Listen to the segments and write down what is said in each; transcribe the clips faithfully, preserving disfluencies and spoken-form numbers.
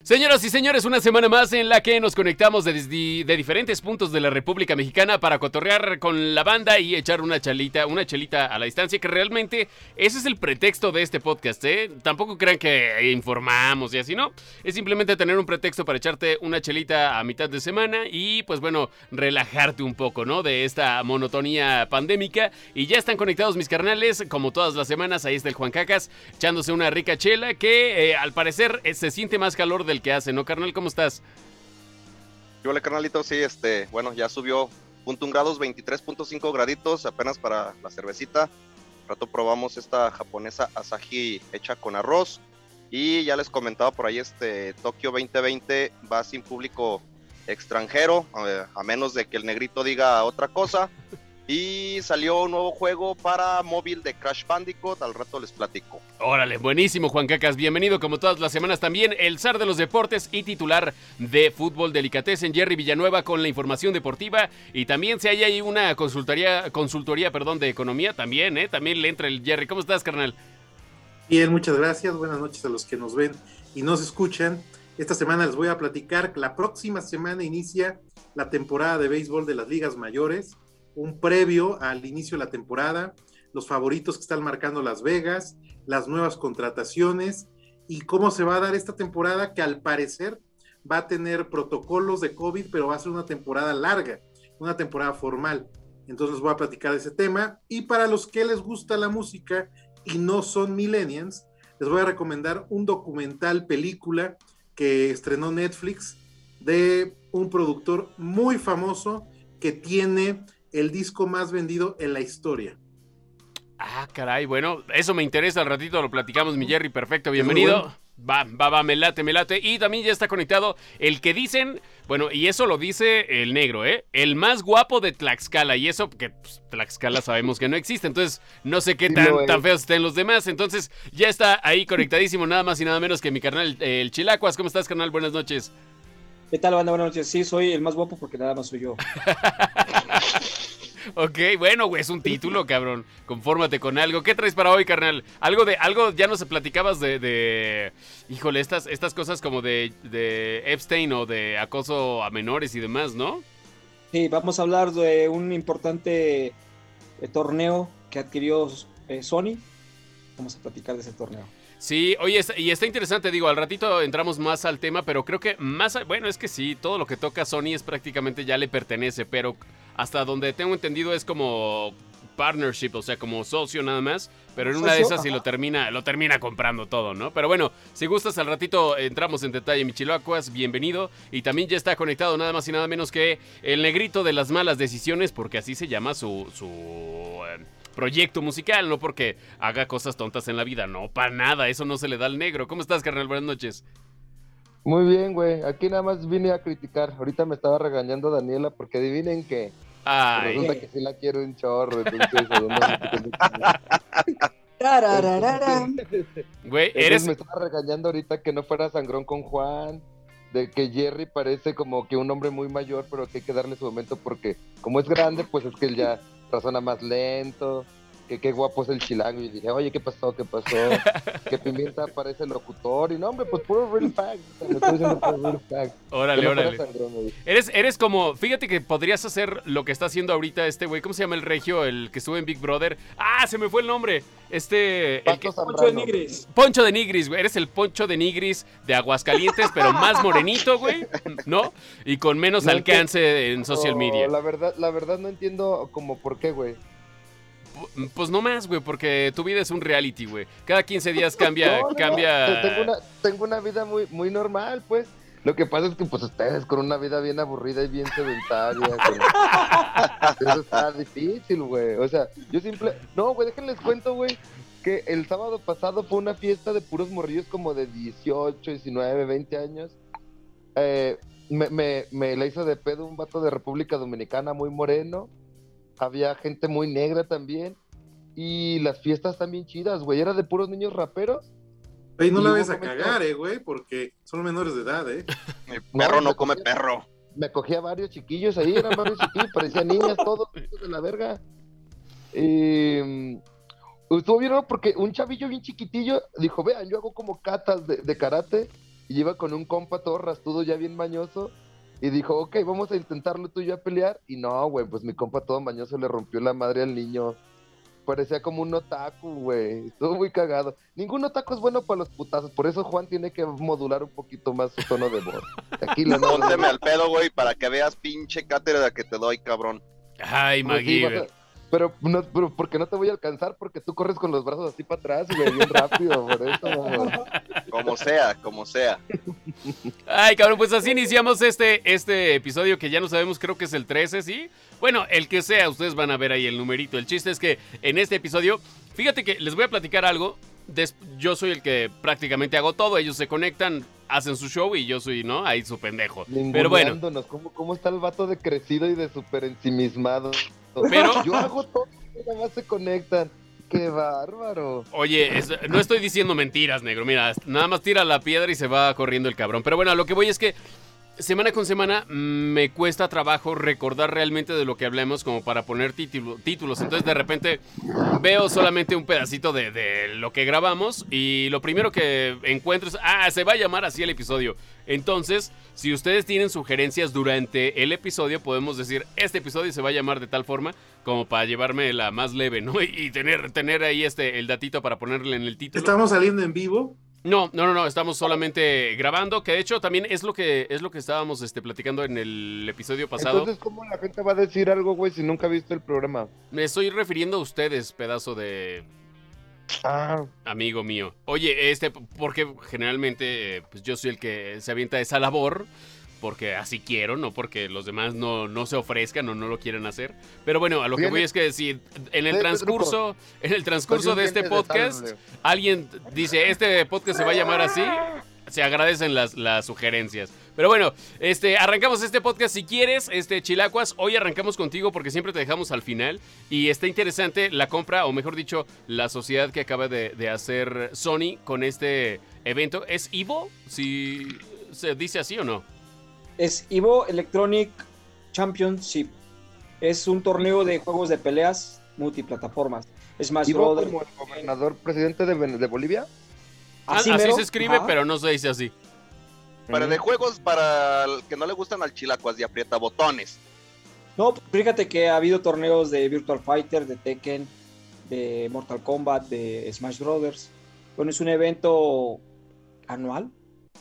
Señoras y señores, una semana más en la que nos conectamos desde de diferentes puntos de la República Mexicana para cotorrear con la banda y echar una chalita, una chelita a la distancia, que realmente ese es el pretexto de este podcast, ¿eh? Tampoco crean que informamos y así, ¿no? Es simplemente tener un pretexto para echarte una chelita a mitad de semana y, pues bueno, relajarte un poco, ¿no? De esta monotonía pandémica. Y ya están conectados mis carnales, como todas las semanas, ahí está el Juan Cacas, echándose una rica chela que, eh, al parecer, eh, se siente más calor del que hace, ¿no, carnal? ¿Cómo estás? Yo, hola, carnalito, sí, este, bueno, ya subió punto un grados, veintitrés punto cinco graditos apenas para la cervecita. Al rato probamos esta japonesa Asahi hecha con arroz. Y ya les comentaba por ahí, este, Tokio veinte veinte va sin público extranjero, a menos de que el negrito diga otra cosa. Y salió un nuevo juego para móvil de Crash Bandicoot, al rato les platico. Órale, buenísimo, Juan Cacas, bienvenido como todas las semanas también, el zar de los deportes y titular de Fútbol Delicatessen, Jerry Villanueva, con la información deportiva. Y también si hay ahí una consultoría, consultoría perdón, de economía, también, ¿eh? También le entra el Jerry. ¿Cómo estás, carnal? Bien, muchas gracias, buenas noches a los que nos ven y nos escuchan. Esta semana les voy a platicar que la próxima semana inicia la temporada de béisbol de las ligas mayores, un previo al inicio de la temporada, los favoritos que están marcando Las Vegas, las nuevas contrataciones y cómo se va a dar esta temporada, que al parecer va a tener protocolos de COVID, pero va a ser una temporada larga, una temporada formal. Entonces les voy a platicar de ese tema. Y para los que les gusta la música y no son millennials, les voy a recomendar un documental película que estrenó Netflix de un productor muy famoso que tiene el disco más vendido en la historia. Ah, caray, bueno, eso me interesa, al ratito lo platicamos, mi Jerry, perfecto, bienvenido. Bueno. Va, va, va, me late, me late. Y también ya está conectado el que dicen, bueno, y eso lo dice el negro, ¿eh? El más guapo de Tlaxcala, y eso, porque pues, Tlaxcala sabemos que no existe, entonces no sé qué tan, tan feos estén los demás, entonces ya está ahí conectadísimo, nada más y nada menos que mi carnal, el Chilacuas. ¿Cómo estás, carnal? Buenas noches. ¿Qué tal, banda? Buenas noches. Sí, soy el más guapo porque nada más soy yo. Ok, bueno, güey, es un título, cabrón. Confórmate con algo. ¿Qué traes para hoy, carnal? Algo de, algo, ya nos platicabas de, de híjole, estas, estas cosas como de, de Epstein o de acoso a menores y demás, ¿no? Sí, vamos a hablar de un importante eh, torneo que adquirió eh, Sony. Vamos a platicar de ese torneo. Sí, oye, y está interesante, digo, al ratito entramos más al tema, pero creo que más, bueno, es que sí, todo lo que toca Sony es prácticamente ya le pertenece, pero hasta donde tengo entendido es como partnership, o sea, como socio nada más, pero en una de esas sí lo termina, lo termina comprando todo, ¿no? Pero bueno, si gustas al ratito entramos en detalle, mi Chilacuas, bienvenido, y también ya está conectado nada más y nada menos que el negrito de las malas decisiones, porque así se llama su, su eh, proyecto musical, no porque haga cosas tontas en la vida, no, para nada, eso no se le da al negro. ¿Cómo estás, carnal? Buenas noches. Muy bien, güey, aquí nada más vine a criticar, ahorita me estaba regañando Daniela porque adivinen que Ay. resulta que sí la quiero un chorro, entonces güey, eres... me estaba regañando ahorita que no fuera sangrón con Juan, de que Jerry parece como que un hombre muy mayor, pero que hay que darle su momento porque como es grande, pues es que él ya razona más lento, que qué guapo es el chilango, y dije, oye, ¿qué pasó? ¿Qué pasó? Que Pimienta parece locutor, y no, hombre, pues puro real fact, me estoy diciendo puro real fact. Órale, no órale. Sangrón, eres, eres como, fíjate que podrías hacer lo que está haciendo ahorita este güey, ¿cómo se llama el regio, el que estuvo en Big Brother? ¡Ah, se me fue el nombre! Este... El que... Poncho de Nigris. Poncho de Nigris, güey, eres el Poncho de Nigris de Aguascalientes, pero más morenito, güey, ¿no? Y con menos no alcance entiendo. En social media. No, la verdad, la verdad no entiendo como por qué, güey. Pues no más, güey, porque tu vida es un reality, güey. Cada quince días cambia, no, no, cambia... No. Tengo, una, tengo una vida muy, muy normal, pues. Lo que pasa es que, pues, ustedes con una vida bien aburrida y bien sedentaria. Con... Eso está difícil, güey. O sea, yo simple... No, güey, déjenles cuento, güey, que el sábado pasado fue una fiesta de puros morrillos como de dieciocho, diecinueve, veinte años. Eh, me, me, me la hizo de pedo un vato de República Dominicana muy moreno. Había gente muy negra también. Y las fiestas también chidas, güey. Era de puros niños raperos. Ey, no la ves a cagar, eh, güey, porque son menores de edad, eh. El perro no, no come cogía, perro. Me cogía varios chiquillos ahí, eran varios chiquillos, parecían niñas, todos de la verga. Y estuvo bien, ¿no? Porque un chavillo bien chiquitillo dijo, vean, yo hago como catas de, de karate. y iba con un compa todo rastudo, ya bien mañoso, y dijo, ok, vamos a intentarlo tú y yo a pelear, y no, güey, pues mi compa todo mañoso le rompió la madre al niño. Parecía como un otaku, güey. Estuvo muy cagado. Ningún otaku es bueno para los putazos. Por eso Juan tiene que modular un poquito más su tono de voz. Aquí la no, Pónteme al pedo, güey, para que veas pinche cátedra que te doy, cabrón. Ay, Pues sí, MacGyver. vas a- Pero, no, pero porque no te voy a alcanzar, porque tú corres con los brazos así para atrás, güey, bien rápido, por eso, mamón. Como sea, como sea. Ay, cabrón, pues así iniciamos este, este episodio que ya no sabemos, creo que es el trece, ¿sí? Bueno, el que sea, ustedes van a ver ahí el numerito. El chiste es que en este episodio, fíjate que les voy a platicar algo. Des- yo soy el que prácticamente hago todo, ellos se conectan, hacen su show y yo soy, ¿no? Ahí su pendejo. Pero bueno, Ninguneándonos, ¿Cómo, ¿Cómo está el vato de crecido y de súper ensimismado? Pero- Yo hago todo, nada más se conectan. ¡Qué bárbaro! oye, es- no estoy diciendo mentiras, negro. Mira, nada más tira la piedra y se va corriendo el cabrón. Pero bueno, a lo que voy es que semana con semana mm, me cuesta trabajo recordar realmente de lo que hablemos como para poner título- títulos. Entonces de repente veo solamente un pedacito de, de lo que grabamos y lo primero que encuentro es, ah, se va a llamar así el episodio. Entonces, si ustedes tienen sugerencias durante el episodio, podemos decir, este episodio se va a llamar de tal forma como para llevarme la más leve, ¿no? Y, y tener, tener ahí este, el datito para ponerle en el título. Estamos saliendo en vivo. No, no, no, no, estamos solamente grabando, que de hecho también es lo que es lo que estábamos este, platicando en el episodio pasado. Entonces, ¿cómo la gente va a decir algo, güey, si nunca ha visto el programa? Me estoy refiriendo a ustedes, pedazo de Ah, amigo mío. Oye, este, porque generalmente eh, pues yo soy el que se avienta esa labor, porque así quiero, no porque los demás no, no se ofrezcan o no lo quieran hacer. Pero bueno, a lo que Viene- voy es que si en el Ve, transcurso, en el transcurso Soy un de este diente de podcast, sable. alguien dice, este podcast se va a llamar así, se agradecen las, las sugerencias. Pero bueno, este, arrancamos este podcast si quieres, este, Chilacuas, hoy arrancamos contigo porque siempre te dejamos al final. Y está interesante la compra, o mejor dicho, la sociedad que acaba de, de hacer Sony con este evento. ¿Es Evo? Si se dice así o no. Es Evo Electronic Championship. Es un torneo de juegos de peleas multiplataformas. Smash ¿Ivo Brothers. como el gobernador presidente de, Ven- de Bolivia? Así, mero. se escribe, Ajá. pero no se dice así. Para Ujú. de juegos, para el que no le gustan al chilacuas de aprieta botones. No, fíjate que ha habido torneos de Virtual Fighter, de Tekken, de Mortal Kombat, de Smash Brothers. Bueno, es un evento anual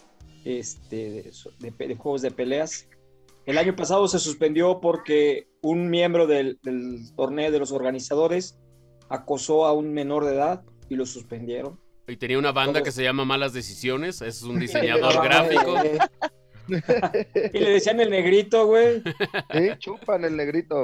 este, de, de- de juegos de peleas. El año pasado se suspendió porque un miembro del, del torneo de los organizadores acosó a un menor de edad y lo suspendieron. Y tenía una banda Todo. que se llama Malas Decisiones, es un diseñador gráfico. Y le decían el negrito, güey. Sí, chupan el negrito.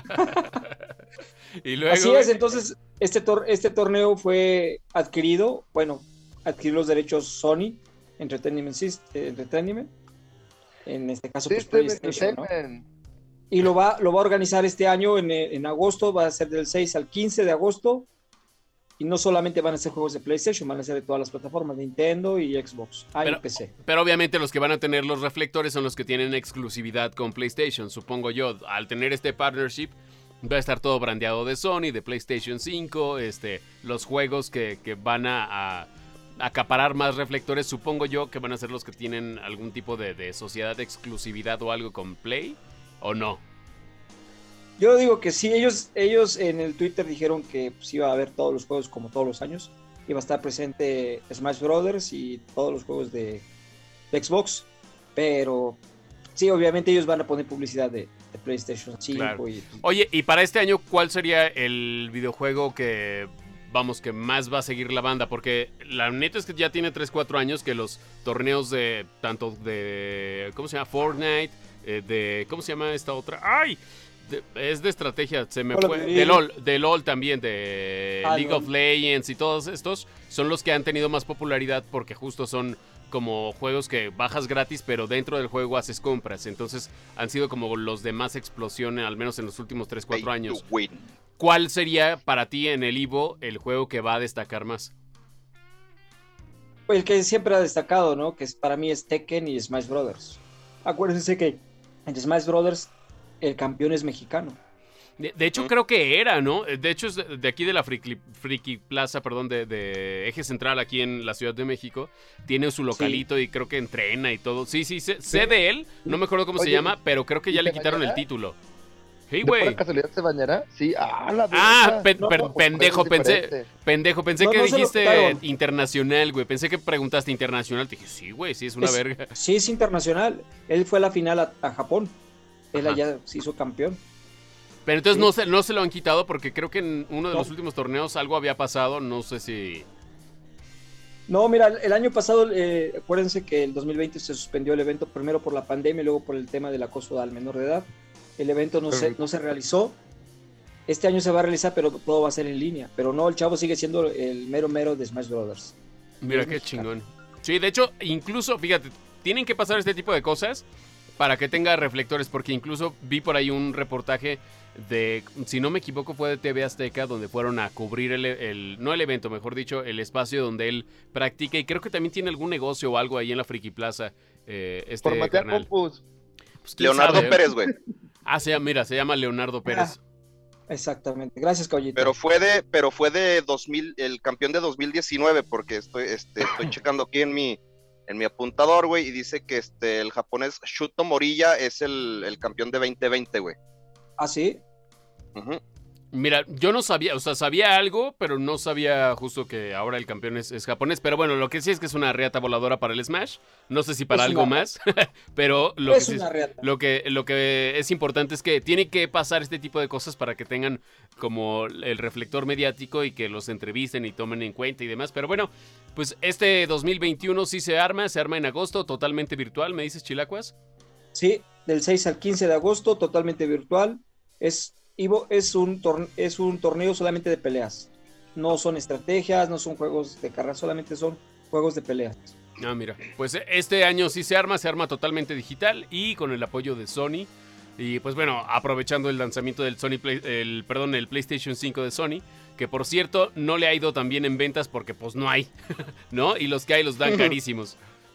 Y luego, Así es, entonces este, tor- este torneo fue adquirido, bueno, adquirió los derechos Sony Entertainment Syst- eh, Entertainment, en este caso pues System PlayStation, ¿no? Entertainment. Y lo va, lo va a organizar este año en, eh, en agosto, va a ser del seis al quince de agosto, y no solamente van a ser juegos de PlayStation, van a ser de todas las plataformas, Nintendo y Xbox, ah, Pero- y P C. pero obviamente los que van a tener los reflectores son los que tienen exclusividad con PlayStation, supongo yo. Al tener este partnership, va a estar todo brandeado de Sony, de PlayStation cinco, este, los juegos que, que van a, a acaparar más reflectores, supongo yo que van a ser los que tienen algún tipo de, de sociedad de exclusividad o algo con Play, ¿o no? Yo digo que sí, ellos, ellos en el Twitter dijeron que pues, iba a haber todos los juegos como todos los años. Iba a estar presente Smash Brothers y todos los juegos de, de Xbox. Pero sí, obviamente ellos van a poner publicidad de, de PlayStation cinco. Claro. Y, Oye, y para este año, ¿cuál sería el videojuego que, vamos, que más va a seguir la banda? Porque la neta es que ya tiene tres cuatro años que los torneos de, tanto de, ¿cómo se llama? Fortnite, eh, de, ¿cómo se llama esta otra? ¡Ay! De- es de estrategia, se me Call of fue. Duty. De LOL, de LOL también, de Ah, League LOL. of Legends y todos estos son los que han tenido más popularidad porque justo son como juegos que bajas gratis, pero dentro del juego haces compras. Entonces han sido como los de más explosión, al menos en los últimos tres cuatro Pay años. to win. ¿Cuál sería para ti en el Evo el juego que va a destacar más? el que siempre ha destacado, ¿no? Que es, para mí es Tekken y Smash Brothers. Acuérdense que en Smash Brothers el campeón es mexicano. De, de hecho, uh-huh. creo que era, ¿no? De hecho, es de, de aquí de la Friki, Friki Plaza, perdón, de, de Eje Central, aquí en la Ciudad de México. Tiene su localito sí. y creo que entrena y todo. Sí, sí, sé, sé de él. No me acuerdo cómo Oye, se llama, pero creo que ya le quitaron bañará? el título. Sí, güey. ¿De casualidad se bañará? Sí. Ah, la ah pen, no, per, no, pendejo, pensé, pendejo, pensé no, que no dijiste internacional, güey. Pensé que preguntaste internacional. Te dije, sí, güey, sí, es una es, verga. Sí, es internacional. Él fue a la final a, a Japón. Él Ajá. allá se hizo campeón. Pero entonces sí. no, se, no se lo han quitado porque creo que en uno de no. los últimos torneos algo había pasado. No sé si... No, mira, el año pasado, eh, acuérdense que el dos mil veinte se suspendió el evento primero por la pandemia y luego por el tema del acoso al menor de edad. El evento no se, no se realizó. Este año se va a realizar, pero todo va a ser en línea. Pero no, el chavo sigue siendo el mero mero de Smash Brothers. Mira qué chingón. Sí, de hecho, incluso, fíjate, tienen que pasar este tipo de cosas para que tenga reflectores, porque incluso vi por ahí un reportaje de, si no me equivoco, fue de T V Azteca, donde fueron a cubrir el, el no el evento, mejor dicho, el espacio donde él practica, y creo que también tiene algún negocio o algo ahí en la Friki Plaza, eh, este por carnal. Pues, Leonardo sabe? Pérez, güey. Ah, se llama, mira, se llama Leonardo Pérez. Ah, exactamente, gracias, Caballito. Pero fue de, pero fue de dos mil, el campeón de dos mil diecinueve, porque estoy, este, estoy checando aquí en mi, en mi apuntador, güey, y dice que este, el japonés Shuto Morilla es el, el campeón de veinte veinte, güey. ¿Ah, sí? Uh-huh. Mira, yo no sabía, o sea, sabía algo, pero no sabía justo que ahora el campeón es, es japonés. Pero bueno, lo que sí es que es una reata voladora para el Smash. No sé si para es algo una... más, pero lo es que, una sí, reata. lo, que, lo que es importante es que tiene que pasar este tipo de cosas para que tengan como el reflector mediático y que los entrevisten y tomen en cuenta y demás. Pero bueno, pues este dos mil veintiuno sí se arma, se arma en agosto, totalmente virtual, ¿me dices, Chilacuas? Sí, del seis al quince de agosto, totalmente virtual. Es... Ivo, es un, torne- es un torneo solamente de peleas. No son estrategias, no son juegos de carrera, solamente son juegos de peleas. Ah, mira, pues este año sí se arma, se arma totalmente digital y con el apoyo de Sony. Y pues bueno, aprovechando el lanzamiento del Sony Play, el, perdón, el PlayStation cinco de Sony, que por cierto no le ha ido tan bien en ventas porque pues no hay, ¿no? Y los que hay los dan carísimos.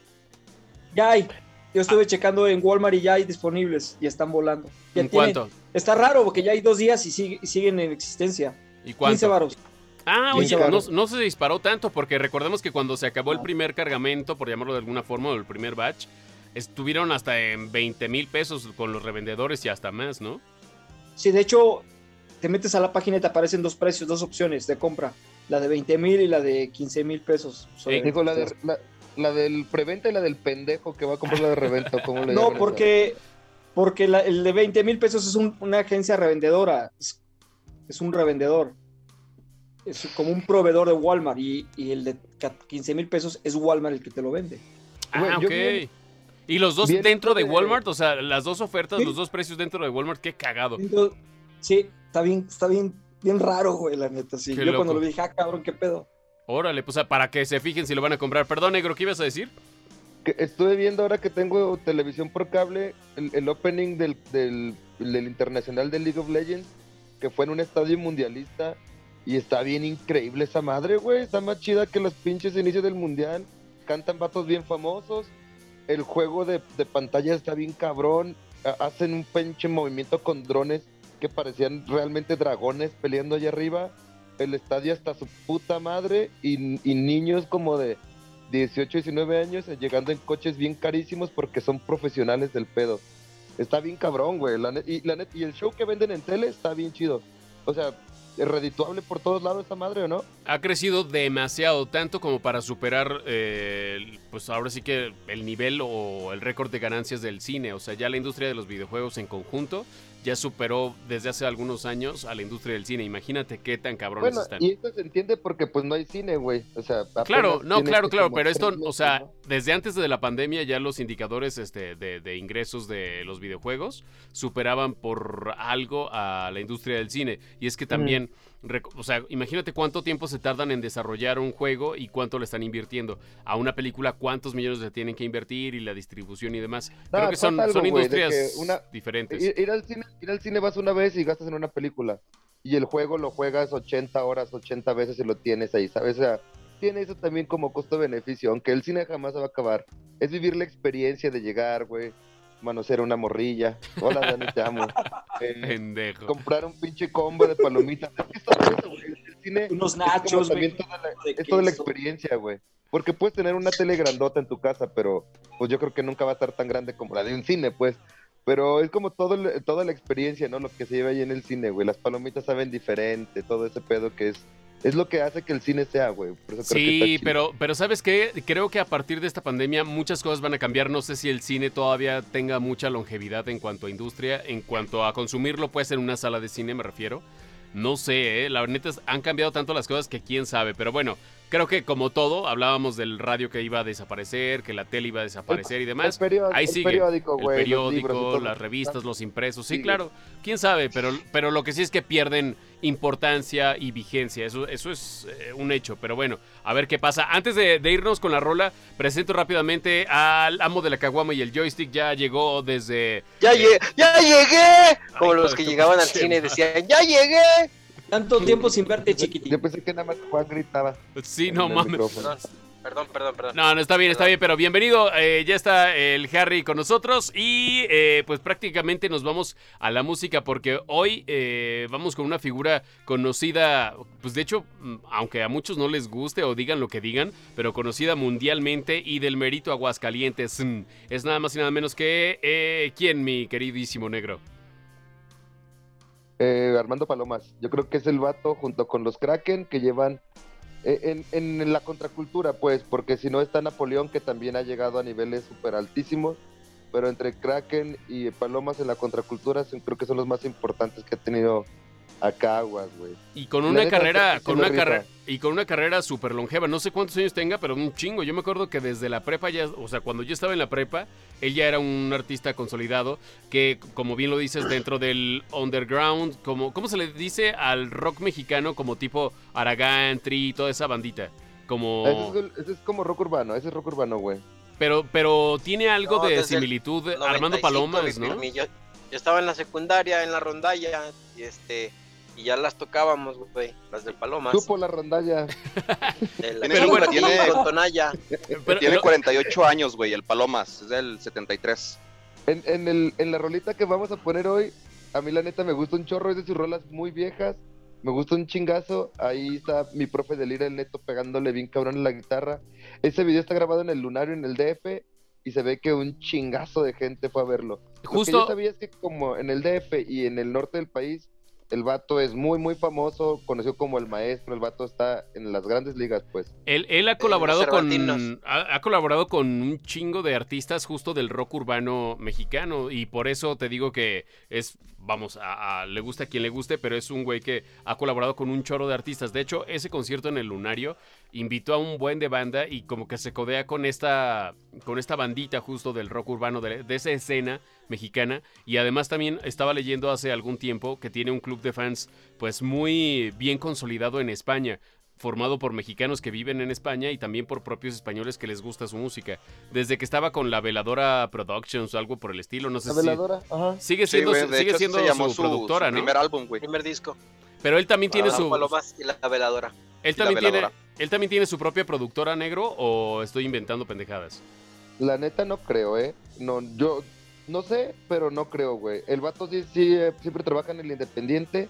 Ya hay. Yo estuve ah. checando en Walmart y ya hay disponibles y están volando. Ya ¿En tienen, cuánto? Está raro porque ya hay dos días y, sigue, y siguen en existencia. ¿Y cuánto? quince varos. Ah, oye, no, no se disparó tanto porque recordemos que cuando se acabó el primer cargamento, por llamarlo de alguna forma, o el primer batch, estuvieron hasta en veinte mil pesos con los revendedores y hasta más, ¿no? Sí, de hecho, te metes a la página y te aparecen dos precios, dos opciones de compra. La de veinte mil y la de quince mil pesos. Sí, digo, la, de, la, la del preventa y la del pendejo que va a comprar la de reventa. ¿Cómo le no, porque... Porque la, el de veinte mil pesos es un, una agencia revendedora, es, es un revendedor, es como un proveedor de Walmart y, y el de quince mil pesos es Walmart el que te lo vende. Ah, bueno, ok. Bien, ¿Y los dos dentro de Walmart? O sea, las dos ofertas, ¿sí? Los dos precios dentro de Walmart, qué cagado. Entonces, sí, está bien, está bien, bien raro, güey, la neta, sí. Qué Yo loco. Cuando lo vi dije, ah, cabrón, qué pedo. Órale, pues para que se fijen si lo van a comprar. Perdón, negro, ¿qué ibas a decir? Que estuve viendo ahora que tengo televisión por cable el, el opening del, del, del internacional de League of Legends, que fue en un estadio mundialista, y está bien increíble esa madre, güey, está más chida que los pinches inicios del mundial, cantan vatos bien famosos, el juego de, de pantalla está bien cabrón, hacen un pinche movimiento con drones que parecían realmente dragones peleando allá arriba, el estadio está su puta madre, y, y niños como de dieciocho, diecinueve años llegando en coches bien carísimos porque son profesionales del pedo. Está bien cabrón, güey. La net, y, la net, y el show que venden en tele está bien chido. O sea, es redituable por todos lados esa madre, ¿o no? Ha crecido demasiado, tanto como para superar, eh, pues ahora sí que el nivel o el récord de ganancias del cine. O sea, ya la industria de los videojuegos en conjunto ya superó desde hace algunos años a la industria del cine. Imagínate qué tan cabrones bueno, están. Y esto se entiende porque pues no hay cine, güey. O sea, claro, no, claro, claro, pero esto, o sea, ¿no? Desde antes de la pandemia ya los indicadores este, de, de ingresos de los videojuegos superaban por algo a la industria del cine. Y es que también, mm. o sea, imagínate cuánto tiempo se tardan en desarrollar un juego y cuánto le están invirtiendo. A una película, cuántos millones le tienen que invertir y la distribución y demás. No, Creo que son, algo, son industrias wey, una, diferentes. Ir, ir al cine Ir al cine vas una vez y gastas en una película, y el juego lo juegas ochenta horas, ochenta veces y lo tienes ahí, ¿sabes? O sea, tiene eso también como costo-beneficio, aunque el cine jamás se va a acabar. Es vivir la experiencia de llegar, güey, manosear una morrilla. Hola, Dani, te amo. Eh, Pendejo. comprar un pinche combo de palomitas. Es que es todo eso, güey. El cine Unos es como nachos, también güey, toda la- de es toda la queso. experiencia, güey. Porque puedes tener una tele grandota en tu casa, pero pues yo creo que nunca va a estar tan grande como la de un cine, pues. Pero es como todo el- toda la experiencia, ¿no? Lo que se lleva ahí en el cine, güey. Las palomitas saben diferente, todo ese pedo que es es lo que hace que el cine sea, güey. Por eso creo que está Sí, chido. pero, pero ¿sabes qué? Creo que a partir de esta pandemia muchas cosas van a cambiar. No sé si el cine todavía tenga mucha longevidad en cuanto a industria, en cuanto a consumirlo, puede ser en una sala de cine, me refiero. No sé, ¿eh? La neta es- han cambiado tanto las cosas que quién sabe. Pero bueno, creo que como todo, hablábamos del radio que iba a desaparecer, que la tele iba a desaparecer y demás. El periódico, Ahí el sigue. periódico, El güey. los periódico, libros y todo. las revistas, los impresos. Sí, Sigue. claro. Quién sabe, pero, pero lo que sí es que pierden importancia y vigencia. Eso, eso es eh, un hecho. Pero bueno, a ver qué pasa. Antes de, de irnos con la rola, presento rápidamente al amo de la caguama y el joystick. Ya llegó desde. ¡Ya, eh, llegué! ¡Ya llegué! Como Ay, los hijo que de tu llegaban al pinche cine y madre. decían, ¡ya llegué! Tanto tiempo sin verte, chiquitín. Yo pensé que nada más Juan gritaba. Sí, en no el mames. micrófono. Perdón, perdón, perdón. No, no, está bien, está bien, pero bienvenido. eh, ya está el Harry con nosotros y eh, pues prácticamente nos vamos a la música porque hoy eh, vamos con una figura conocida, pues de hecho, mm, aunque a muchos no les guste o digan lo que digan, pero conocida mundialmente y del mérito Aguascalientes. Mm, es nada más y nada menos que, eh, ¿quién, mi queridísimo negro? Eh, Armando Palomas. Yo creo que es el vato junto con los Kraken que llevan eh, en, en la contracultura, pues, porque si no está Napoleón, que también ha llegado a niveles súper altísimos, pero entre Kraken y Palomas en la contracultura son- creo que son los más importantes que ha tenido acá Aguas, güey. Y con La una neta, carrera, sí con me una rifa. carrera, y con una carrera súper longeva. No sé cuántos años tenga, pero un chingo. Yo me acuerdo que desde la prepa ya, o sea, cuando yo estaba en la prepa, él ya era un artista consolidado que, como bien lo dices, dentro del underground, como, ¿cómo se le dice al rock mexicano? Como tipo Aragán, Tri, toda esa bandita. Como, Ese es, el- ese es como rock urbano, ese es rock urbano, güey. pero, pero tiene algo No, de desde el similitud Armando noventa y cinco, Palomas, mi ¿no? Pirmi, Yo, yo estaba en la secundaria, en la rondalla, y este... Y ya las tocábamos, güey, las del Palomas. Supo la rondalla. De la Pero bueno, tiene- con Tonaya. Pero Tiene lo- cuarenta y ocho años, güey, el Palomas, es del setenta y tres. En, en, el, en la rolita que vamos a poner hoy, a mí la neta me gusta un chorro, es de sus rolas muy viejas, me gusta un chingazo, ahí está mi profe de Lira el Neto pegándole bien cabrón en la guitarra. Ese video está grabado en el Lunario, en el D F, y se ve que un chingazo de gente fue a verlo. Lo que Justo- yo sabía es que como en el D F y en el norte del país, el vato es muy, muy famoso, conocido como el maestro, el vato está en las grandes ligas, pues. Él, él ha colaborado los con Cervantinos. ha, ha colaborado con un chingo de artistas justo del rock urbano mexicano y por eso te digo que es, vamos, a, a- le gusta a quien le guste, pero es un güey que ha colaborado con un chorro de artistas. De hecho, ese concierto en el Lunario invitó a un buen de banda y como que se codea con esta con esta bandita justo del rock urbano de, de esa escena mexicana y además también estaba leyendo hace algún tiempo que tiene un club de fans pues muy bien consolidado en España, formado por mexicanos que viven en España y también por propios españoles que les gusta su música. Desde que estaba con la Veladora Productions o algo por el estilo, no sé La si veladora, ajá. sigue Sí, siendo güey, su- de sigue hecho, siendo se llamó su, su, productora, su ¿no? primer álbum, güey. Primer disco. Pero él también tiene Para su Palomas y la veladora. él y la también tiene veladora. él también tiene su propia productora, negro, o estoy inventando pendejadas. La neta no creo, ¿eh? No, yo no sé, pero no creo, güey. El vato sí, sí, eh, siempre trabaja en el independiente,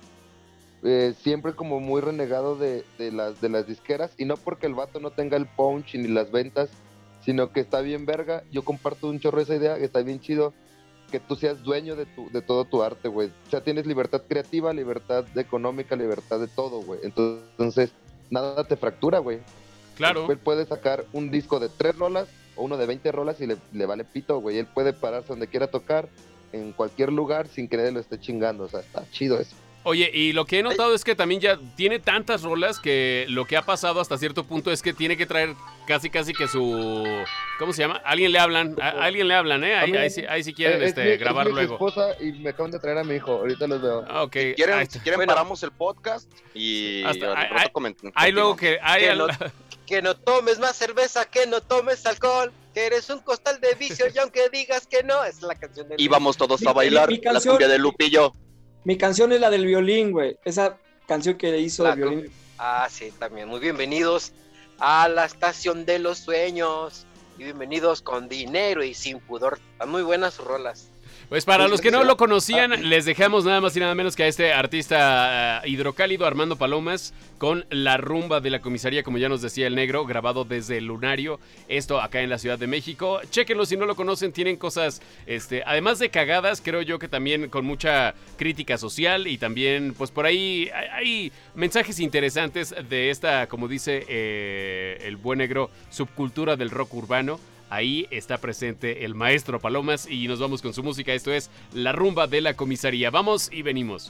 eh, siempre como muy renegado de, de, las, de las disqueras, y no porque el vato no tenga el punch ni las ventas, sino que está bien verga. Yo comparto un chorro esa idea, que está bien chido que tú seas dueño de, tu, de todo tu arte, güey. O sea, tienes libertad creativa, libertad económica, libertad de todo, güey. Entonces, nada te fractura, güey. Claro. Él puede sacar un disco de tres rolas o uno de veinte rolas y le, le vale pito, güey. Él puede pararse donde quiera tocar, en cualquier lugar, sin que nadie lo esté chingando. O sea, está chido eso. Oye, y lo que he notado es que también ya tiene tantas rolas que lo que ha pasado hasta cierto punto es que tiene que traer casi casi que su... ¿Cómo se llama? Alguien le hablan, a, a alguien le hablan, ¿eh? Ahí, A mí- ahí, sí, ahí sí quieren Eh, es este, mi- es grabar mi luego. esposa y me acaban de traer a mi hijo. Ahorita los veo. Ah, ok. Si quieren, Ahí, si quieren Bueno. paramos el podcast y Hasta- al hay- rato hay- coment- ahí luego continuamos. que... Hay Que al- no- Que no tomes más cerveza, que no tomes alcohol, que eres un costal de vicio y aunque digas que no, es la canción de Íbamos todos Mi- a bailar mi la canción- cumbia de Lupillo. Mi canción es la del violín, güey. Esa canción que hizo La de violín. Ah, sí, también. Muy bienvenidos a la estación de los sueños. y bienvenidos con dinero y sin pudor. Están muy buenas sus rolas. Pues para los que no lo conocían, les dejamos nada más y nada menos que a este artista uh, hidrocálido, Armando Palomas, con La Rumba de la Comisaría, como ya nos decía el negro, grabado desde el Lunario, esto acá en la Ciudad de México. Chéquenlo si no lo conocen, tienen cosas, este, además de cagadas, creo yo que también con mucha crítica social y también, pues por ahí hay, hay mensajes interesantes de esta, como dice eh, el buen negro, subcultura del rock urbano. Ahí está presente el maestro Palomas y nos vamos con su música. Esto es La Rumba de la Comisaría. Vamos y venimos.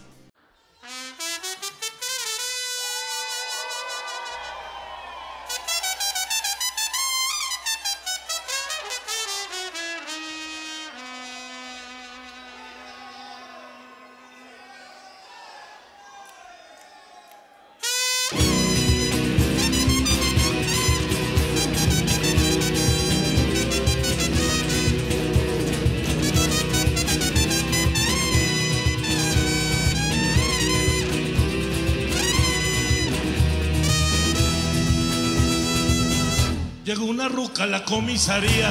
Llegó una ruca a la comisaría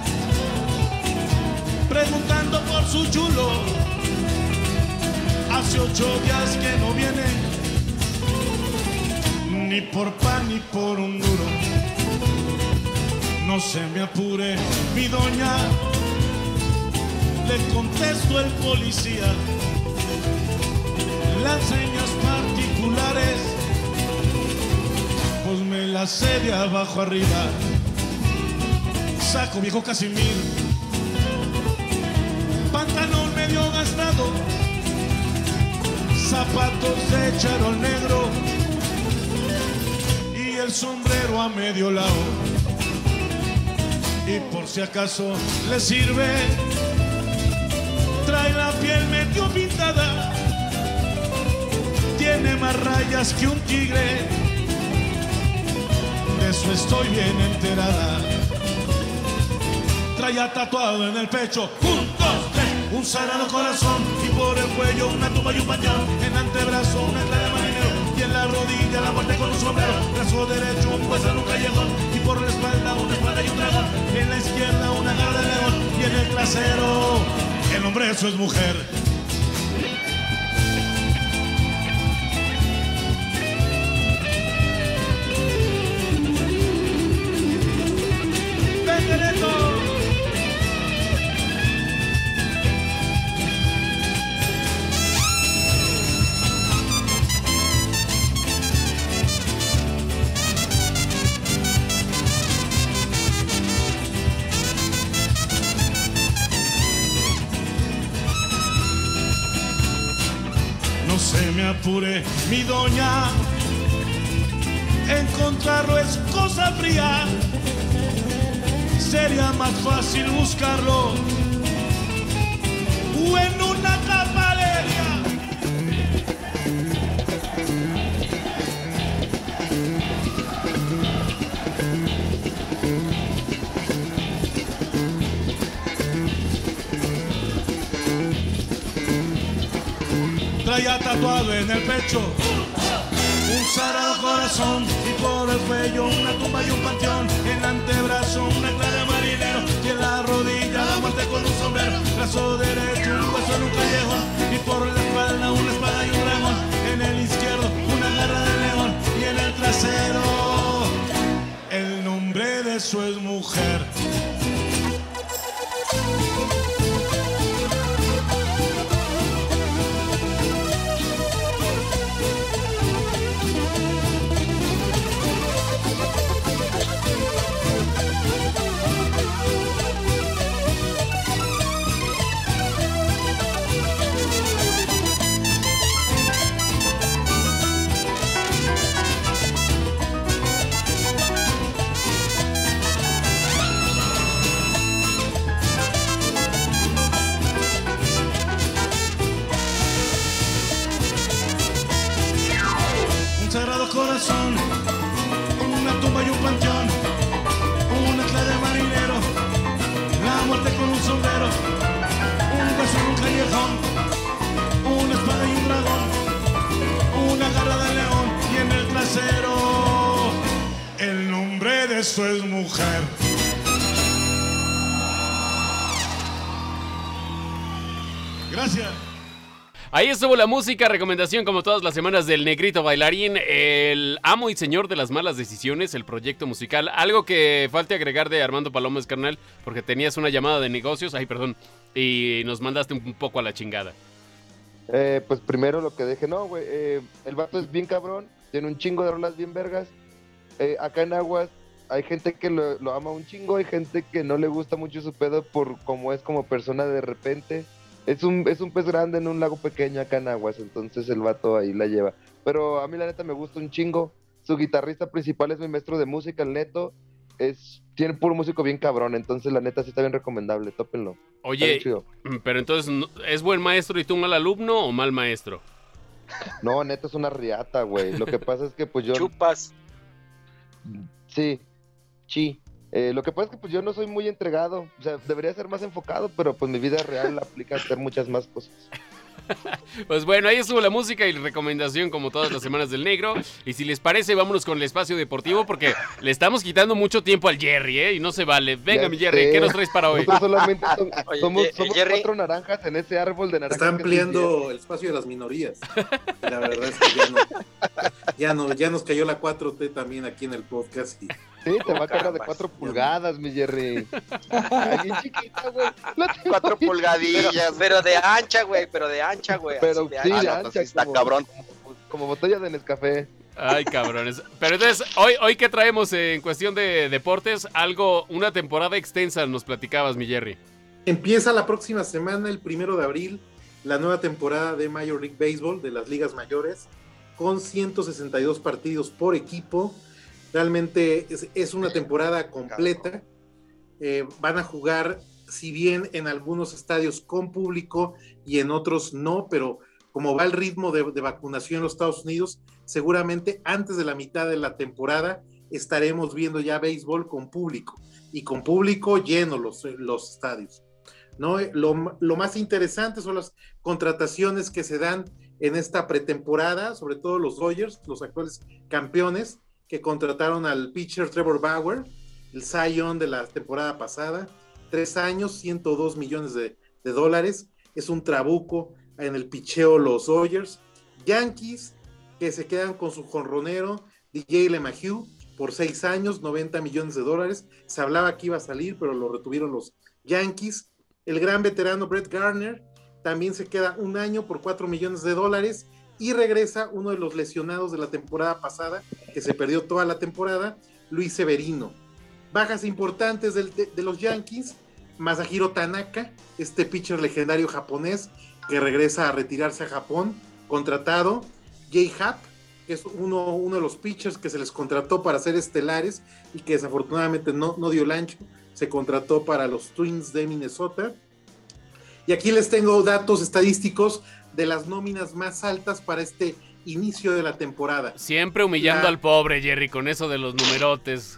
preguntando por su chulo. Hace ocho días que no viene, ni por pan ni por un duro. No se me apure, mi doña, le contestó el policía. Las señas particulares pues me la sé de abajo arriba. Saco viejo Casimir, pantalón medio gastado, zapatos de charol negro y el sombrero a medio lado. Y por si acaso le sirve, trae la piel medio pintada, tiene más rayas que un tigre. De eso estoy bien enterada. Traía tatuado en el pecho un, dos, tres, un sagrado corazón, y por el cuello una tumba y un pañón, en antebrazo una clara de marinero, y en la rodilla la muerte con un sombrero, brazo derecho un hueso en un callejón, y por la espalda una espada y un dragón, en la izquierda una garra de león, y en el trasero el hombre de su es mujer. Se me apure, mi doña, encontrarlo es cosa fría. Sería más fácil buscarlo o en una tapalería. Traía tatuado en el pecho un sagrado corazón, y por el cuello una tumba y un panteón, en el antebrazo una clara de marinero, y en la rodilla la muerte con un sombrero, brazo derecho un hueso en un callejón, y por la espalda una espada y un dragón, en el izquierdo una garra de león, y en el trasero el nombre de su es mujer. Corazón, una tumba y un panteón, una clara de marinero, la muerte con un sombrero, un beso en un callejón, una espada y un dragón, una garra de león, y en el trasero el nombre de su es mujer. Gracias. Ahí estuvo la música, recomendación como todas las semanas del Negrito Bailarín, el amo y señor de las malas decisiones, el proyecto musical. Algo que falte agregar de Armando Palomas, carnal, porque tenías una llamada de negocios, ay, perdón, y nos mandaste un poco a la chingada. Eh, pues primero lo que dije, no, güey, eh, el vato es bien cabrón, tiene un chingo de rolas bien vergas. Eh, acá en Aguas hay gente que lo, lo ama un chingo, hay gente que no le gusta mucho su pedo por cómo es como persona de repente. Es un, es un pez grande en un lago pequeño acá en Aguas, entonces el vato ahí la lleva. Pero a mí la neta me gusta un chingo. Su guitarrista principal es mi maestro de música, el Neto. Es, tiene puro músico bien cabrón, entonces la neta sí está bien recomendable, tópenlo. Oye, pero entonces, ¿es buen maestro y tú mal alumno o mal maestro? No, Neto es una riata, güey. Lo que pasa es que pues yo... Chupas. Sí, sí. Eh, lo que pasa es que pues yo no soy muy entregado, o sea, debería ser más enfocado, pero pues mi vida real aplica a hacer muchas más cosas. Pues bueno, ahí estuvo la música y recomendación como todas las semanas del Negro. Y si les parece, vámonos con el espacio deportivo porque le estamos quitando mucho tiempo al Jerry, ¿eh? Y no se vale. Venga, Ya mi Jerry, sé. ¿qué nos traes para hoy? Nosotros solamente son- Oye, somos, eh, somos Jerry. cuatro naranjas en ese árbol de naranjas. Está que ampliando el espacio de las minorías. La verdad es que ya no, ya no, ya nos cayó la cuatro T también aquí en el podcast. Y Sí, te va a cargar de Carambas. cuatro pulgadas, mi Jerry. Ay, bien chiquita, güey. La tengo Cuatro bien- pulgadillas. Pero de ancha, güey, pero de ancha, güey. Pero así de sí, ancha. de Ah, no, pues ancha, sí está como- cabrón. Como, como botella de Nescafé. Ay, cabrones. Pero entonces, hoy, hoy ¿qué traemos en cuestión de deportes? Algo, una temporada extensa nos platicabas, mi Jerry. empieza la próxima semana, el primero de abril, la nueva temporada de Major League Baseball de las ligas mayores, con ciento sesenta y dos partidos por equipo. Realmente es, es una temporada completa. Eh, van a jugar, si bien en algunos estadios con público y en otros no, pero como va el ritmo de, de vacunación en los Estados Unidos, seguramente antes de la mitad de la temporada estaremos viendo ya béisbol con público, y con público lleno los, los estadios, ¿no? Lo, lo más interesante son las contrataciones que se dan en esta pretemporada, sobre todo los Dodgers, los actuales campeones, que contrataron al pitcher Trevor Bauer, el Cy Young de la temporada pasada, tres años, ciento dos millones de, de dólares, es un trabuco en el picheo los Dodgers. Yankees, que se quedan con su jonronero, D J LeMahieu, por seis años, noventa millones de dólares, se hablaba que iba a salir, pero lo retuvieron los Yankees. El gran veterano Brett Gardner, también se queda un año por cuatro millones de dólares, y regresa uno de los lesionados de la temporada pasada, que se perdió toda la temporada, Luis Severino. Bajas importantes del, de, de los Yankees, Masahiro Tanaka, este pitcher legendario japonés, que regresa a retirarse a Japón, contratado. Jay Happ, que es uno, uno de los pitchers que se les contrató para ser estelares, y que desafortunadamente no, no dio el ancho, se contrató para los Twins de Minnesota. Y aquí les tengo datos estadísticos de las nóminas más altas para este inicio de la temporada. Siempre humillando La- al pobre Jerry con eso de los numerotes.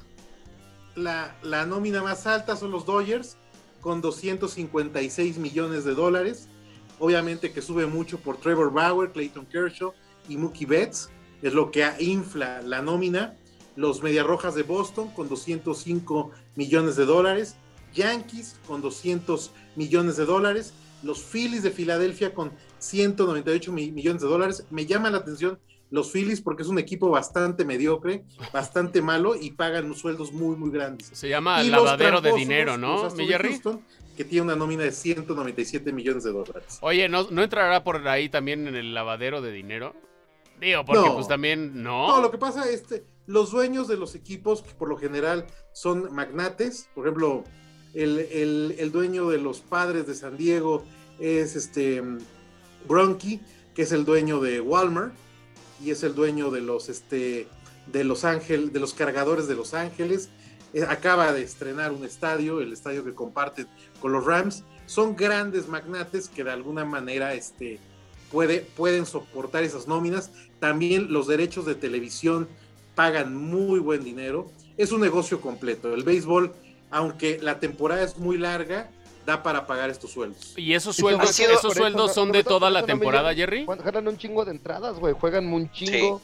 La, la nómina más alta son los Dodgers, con doscientos cincuenta y seis millones de dólares. Obviamente que sube mucho por Trevor Bauer, Clayton Kershaw y Mookie Betts, es lo que infla la nómina. Los Mediarrojas de Boston con doscientos cinco millones de dólares. Yankees con doscientos millones de dólares. Los Phillies de Filadelfia con ciento noventa y ocho millones de dólares. Me llama la atención los Phillies porque es un equipo bastante mediocre, bastante malo, y pagan unos sueldos muy, muy grandes. Se llama Y los lavadero de tramposos, dinero, los ¿no, Astros mi de Jerry? Houston, que tiene una nómina de ciento noventa y siete millones de dólares. Oye, ¿no, ¿no entrará por ahí también en el lavadero de dinero? Digo, porque No. pues también, ¿no? No, lo que pasa es que los dueños de los equipos, que por lo general son magnates, por ejemplo, el, el, el dueño de los Padres de San Diego es este Greinke, que es el dueño de Walmart, y es el dueño de los este de Los Ángeles, de los Cargadores de Los Ángeles. Eh, acaba de estrenar un estadio, el estadio que comparten con los Rams. Son grandes magnates que de alguna manera este puede, pueden soportar esas nóminas. También los derechos de televisión pagan muy buen dinero. Es un negocio completo. El béisbol, aunque la temporada es muy larga, da para pagar estos sueldos. ¿Y esos Y sobre sueldos, todo- esos por sueldos eso- son sobre de todo toda por la eso no me temporada, llegan- Jerry? Cuando jalan un chingo de entradas, güey, juegan un chingo.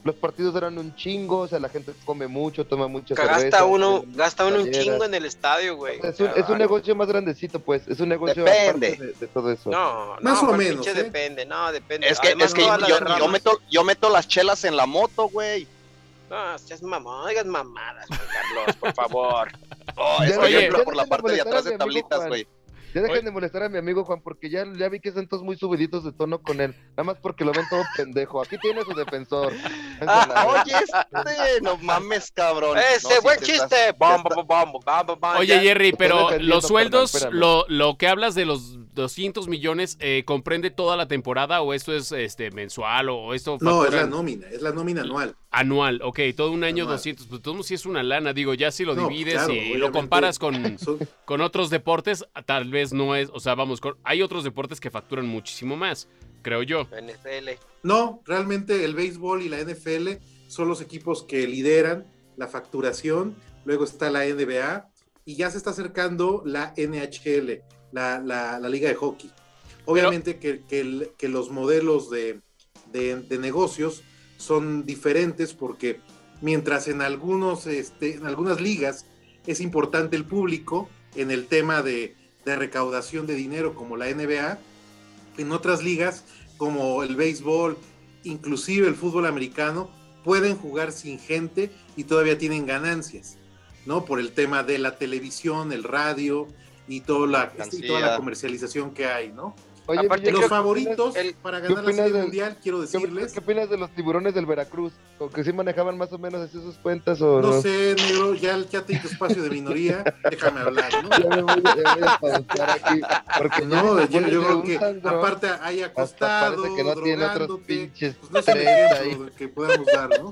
los partidos duran un chingo, o sea, la gente come mucho, toma mucha Gasta cerveza. uno, tiene gasta uno un playeras. chingo en el estadio, güey. O sea, es, un, es un negocio más grandecito, pues, es un negocio Depende. aparte de, de todo eso. No, no, Más o ¿cuál menos, pinche ¿eh? depende, no, depende. Es que, Además, es que todas yo, las yo, derramas- yo meto, yo meto las chelas en la moto, güey. No, seas mamón, no digas mamadas, Juan Carlos, por favor. Oh, Ya es no- por oye, ejemplo, ya por la dejen de parte de molestar atrás a de mi amigo tablitas, Juan. güey. Ya dejen Oye. de molestar a mi amigo Juan, porque ya, ya vi que están todos muy subiditos de tono con él. Nada más porque lo ven todo pendejo. Aquí tiene su defensor. Ah, oye, este, no mames, cabrón. Ese, No, sí, buen te chiste. estás- Bom, te bom, bom, bom, bom, bom, Oye, ya. Jerry, Estoy pero defendiendo, los sueldos, carnal, espérame. lo, lo que hablas de los doscientos millones, eh, ¿comprende toda la temporada o esto es este mensual o esto No, es la facturan nómina, es la nómina anual. anual? Ok, todo un año Anual. doscientos, pues todo sí es una lana, digo, ya si lo No, divides claro, y obviamente. lo comparas con, Son- con otros deportes, tal vez no es, o sea, vamos, con- hay otros deportes que facturan muchísimo más, creo yo. N F L. No, realmente el béisbol y la N F L son los equipos que lideran la facturación. Luego está la N B A y ya se está acercando la N H L, la, la, la liga de hockey. Obviamente que, que, el- que los modelos de, de- de negocios son diferentes porque mientras en, algunos, este, en algunas ligas es importante el público en el tema de, de recaudación de dinero como la N B A, en otras ligas como el béisbol, inclusive el fútbol americano, pueden jugar sin gente y todavía tienen ganancias, ¿no? Por el tema de la televisión, el radio y, toda la, y toda la comercialización que hay, ¿no? Oye, Aparte, Miguel, Los creo que favoritos el- para ¿qué ganar la opinas Serie del- Mundial, quiero ¿qué, decirles, ¿qué opinas de los tiburones del Veracruz? ¿O que sí manejaban más o menos así sus cuentas o no? no sé, negro, ya, ya te tu espacio de minoría, déjame hablar, ¿no? Ya me voy, ya voy a pausar aquí. Porque No, ya yo, me yo creo pones que de un sangrón. aparte hay Hasta acostado, parece que no tiene otros drogándote, pinches pues no es el tres ejemplo ahí. que podamos dar, ¿no?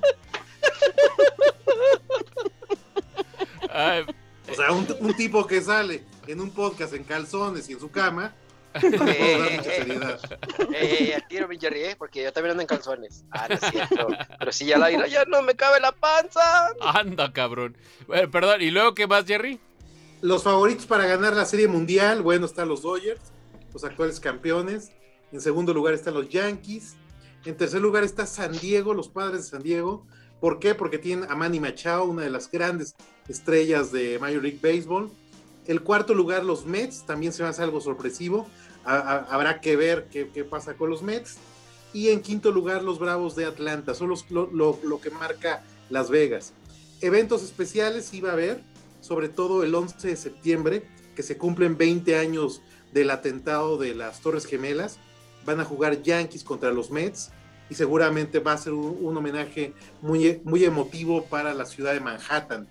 Ay, O sea, un, un tipo que sale en un podcast en calzones y en su cama, no le puedo dar mucha seriedad. Eh, eh, al tiro, mi Jerry, eh, porque yo también ando en calzones. Ah, no es cierto. Pero si ya la ya no me cabe la panza. anda, cabrón. Bueno, perdón, ¿y luego qué más, Jerry? Los favoritos para ganar la Serie Mundial, bueno, están los Dodgers, los actuales campeones. En segundo lugar están los Yankees. En tercer lugar está San Diego, los Padres de San Diego. ¿Por qué? Porque tienen a Manny Machado, una de las grandes estrellas de Major League Baseball. El cuarto lugar, los Mets, también se me hace algo sorpresivo. A, a, habrá que ver qué, qué pasa con los Mets. Y en quinto lugar, los Bravos de Atlanta, son los, lo, lo, lo que marca Las Vegas. Eventos especiales iba a haber, sobre todo el once de septiembre, que se cumplen veinte años del atentado de las Torres Gemelas. Van a jugar Yankees contra los Mets y seguramente va a ser un, un homenaje muy, muy emotivo para la ciudad de Manhattan.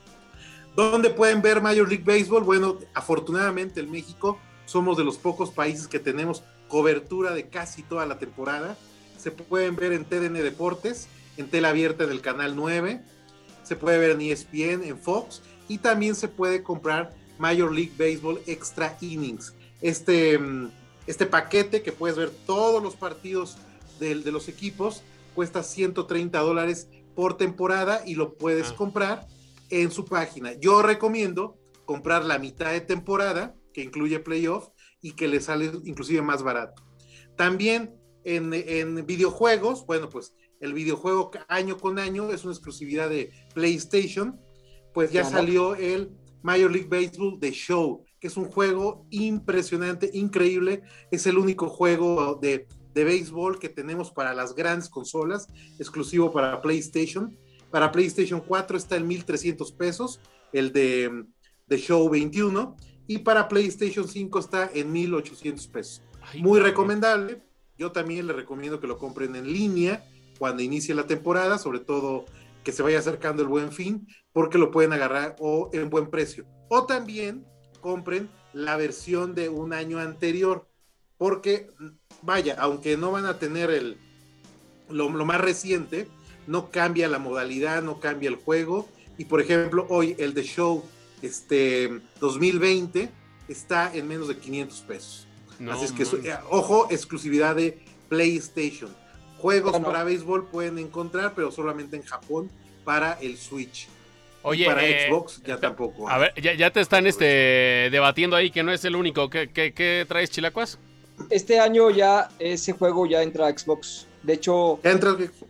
¿Dónde pueden ver Major League Baseball? Bueno, afortunadamente en México somos de los pocos países que tenemos cobertura de casi toda la temporada. Se pueden ver en T D N Deportes, en tela abierta en el canal nueve, se puede ver en E S P N, en Fox, y también se puede comprar Major League Baseball Extra Innings. Este, este paquete que puedes ver todos los partidos de, de los equipos cuesta ciento treinta dólares por temporada y lo puedes ah. comprar en su página. Yo recomiendo comprar la mitad de temporada, que incluye playoff, y que le sale inclusive más barato. También en, en videojuegos, bueno, pues el videojuego año con año es una exclusividad de PlayStation, pues ya salió el Major League Baseball The Show, que es un juego impresionante, increíble, es el único juego de, de béisbol que tenemos para las grandes consolas, exclusivo para PlayStation. Para PlayStation cuatro está en mil trescientos pesos, el de, de Show veintiuno, y para PlayStation cinco está en mil ochocientos pesos. Ay, muy recomendable. Yo también les recomiendo que lo compren en línea cuando inicie la temporada, sobre todo que se vaya acercando el Buen Fin, porque lo pueden agarrar o en buen precio. O también compren la versión de un año anterior, porque vaya, aunque no van a tener el lo, lo más reciente, no cambia la modalidad, no cambia el juego, y por ejemplo hoy el The Show este, dos mil veinte está en menos de quinientos pesos. No, así es que, man. ojo, exclusividad de PlayStation. Juegos bueno. para béisbol pueden encontrar, pero solamente en Japón para el Switch. Oye, y para eh, Xbox ya tampoco. A ver, ya, ya te están este, debatiendo ahí que no es el único. ¿Qué, qué, qué traes, Chilacuas? Este año ya ese juego ya entra a Xbox. De hecho, ¿Ya entra?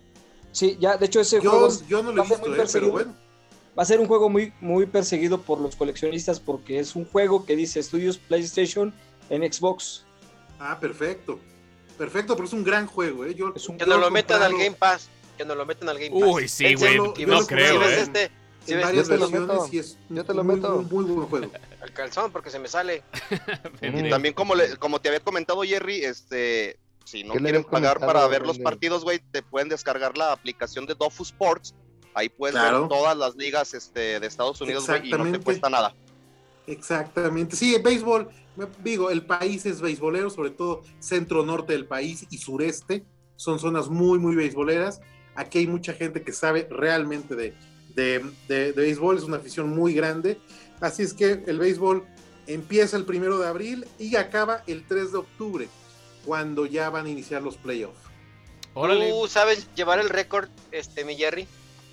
Sí, ya, de hecho ese Yo, juego yo no lo va he a ser visto, muy eh, pero perseguido. bueno. Va a ser un juego muy, muy perseguido por los coleccionistas porque es un juego que dice estudios PlayStation en Xbox. Ah, perfecto. Perfecto, pero es un gran juego, ¿eh? Yo, Es un- Que yo nos he lo metan al comprado Game Pass. Que nos lo metan al Game Pass. Uy, sí, En güey, serio, yo no lo creo, Si compré ves ¿eh? este, si en ves varias yo te lo versiones meto. y es Yo te lo muy, meto. muy, muy buen juego. al calzón porque se me sale. Vendré. También como, le- como te había comentado Jerry, este, si no ¿Qué le quieren habías pagar comentado, para ver los Randy? partidos, güey, te pueden descargar la aplicación de Dofu Sports. Ahí puedes Claro. ver todas las ligas este, de Estados Unidos, güey, y no te Exactamente. cuesta nada. Exactamente. Sí, el béisbol, me- digo, el país es beisbolero, sobre todo centro-norte del país y sureste. Son zonas muy, muy beisboleras. Aquí hay mucha gente que sabe realmente de, de, de, de béisbol, es una afición muy grande. Así es que el béisbol empieza el primero de abril y acaba el tres de octubre, cuando ya van a iniciar los playoffs. Órale. ¿Tú sabes llevar el récord, este, mi Jerry?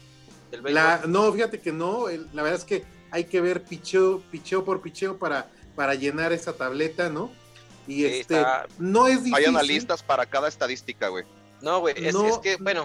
Del béisbol. La, no, fíjate que no, el- la verdad es que hay que ver picheo, picheo por picheo para, para llenar esa tableta, ¿no? Y Sí, este, está- no es Hay difícil, analistas para cada estadística, güey. No, güey, es, no- es que, bueno,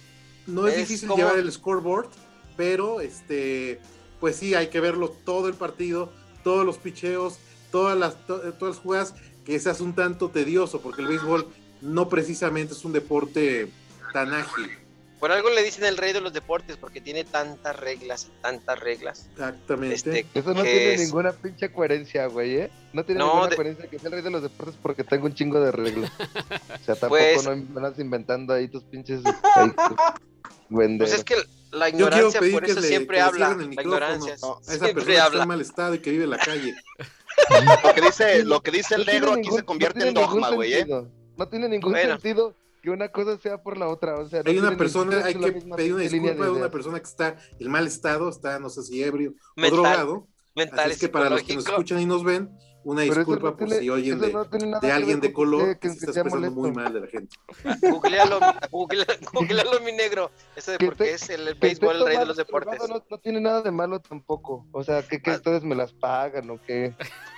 no es, es difícil como- llevar el scoreboard, pero este, pues sí, hay que verlo todo el partido, todos los picheos, todas las, to- todas las jugadas, que se hace un tanto tedioso, porque el béisbol no precisamente es un deporte tan ágil. por algo le dicen el rey de los deportes, porque tiene tantas reglas, tantas reglas. Exactamente. Este, Eso no que tiene es- ninguna pinche coherencia, güey, ¿eh? No tiene No, ninguna de- coherencia que sea el rey de los deportes porque tengo un chingo de reglas. O sea, tampoco Pues- no me vas inventando ahí tus pinches ahí, tus venderos. Pues es que la Yo quiero ignorancia, pedir por que eso le, siempre que le habla. cierren el La micrófono ignorancia a esa persona siempre que está habla. en mal estado y que vive en la calle. Lo que dice, lo que dice el No tiene negro aquí ningún- se convierte no en tiene ningún dogma, güey, ¿eh? sentido. No tiene ningún Bueno. sentido que una cosa sea por la otra. O sea, no Hay una tiene persona, ningún- hay es la que misma pedir una pinche línea disculpa de de una ideas. persona que está en mal estado, está no sé si ebrio o Mental, drogado. mental Así y es que para los que nos psicológico. escuchan y nos ven, una Pero eso disculpa no por tiene- si oyen eso de, no tiene nada de que alguien ver de con color que- que que se está sea expresando muy molesto. mal de la gente. Googlealo, googlea- googlealo, mi negro. Eso de Que por qué te- es el Que esté béisbol el rey de tomado, los deportes. drogado, No, no tiene nada de malo tampoco. O sea, que, que Ah. ustedes me las pagan o qué.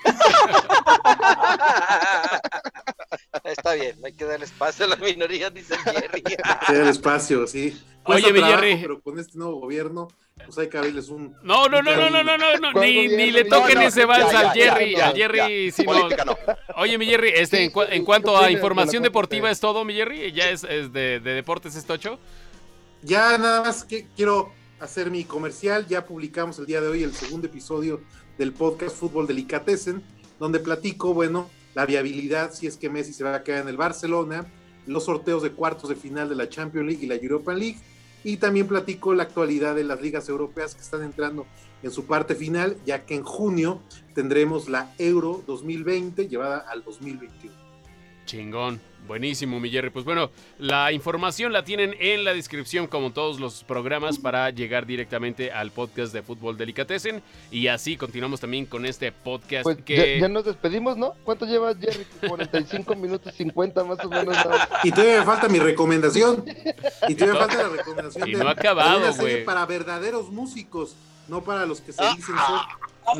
Está bien, hay que dar espacio a la minoría, dice el Jerry. Queda el espacio, sí. Cuesta Oye, mi trabajo, Jerry. pero con este nuevo gobierno, pues hay que abrirles un... No, no, no, no, no, no, no, no, ¿Cuál ni, gobierno? ni le No, toquen no, ese vals ya, al ya, Jerry, ya, al Jerry, ya. sí, no. Política no. Oye, mi Jerry, este, Sí, en, cua- en ¿qué cuanto a opinas de información la deportiva cuatro T? es todo, mi Jerry, ya es, es de, de deportes es tocho. Ya nada más que quiero hacer mi comercial, ya publicamos el día de hoy el segundo episodio del podcast Fútbol Delicatessen, donde platico, bueno, la viabilidad si es que Messi se va a quedar en el Barcelona, los sorteos de cuartos de final de la Champions League y la Europa League, y también platico la actualidad de las ligas europeas que están entrando en su parte final, ya que en junio tendremos la Euro dos mil veinte llevada al dos mil veintiuno. Chingón, buenísimo, mi Jerry. Pues bueno, la información la tienen en la descripción, como todos los programas, para llegar directamente al podcast de Fútbol Delicatessen. Y así continuamos también con este podcast Pues que... ya, ya nos despedimos, ¿no? ¿Cuánto lleva Jerry? cuarenta y cinco minutos, cincuenta más o menos. ¿no? Y todavía me falta mi recomendación. Y todavía me falta la recomendación Y de, no ha acabado, de una serie güey. para verdaderos músicos, no para los que se Ah, dicen ah. ser.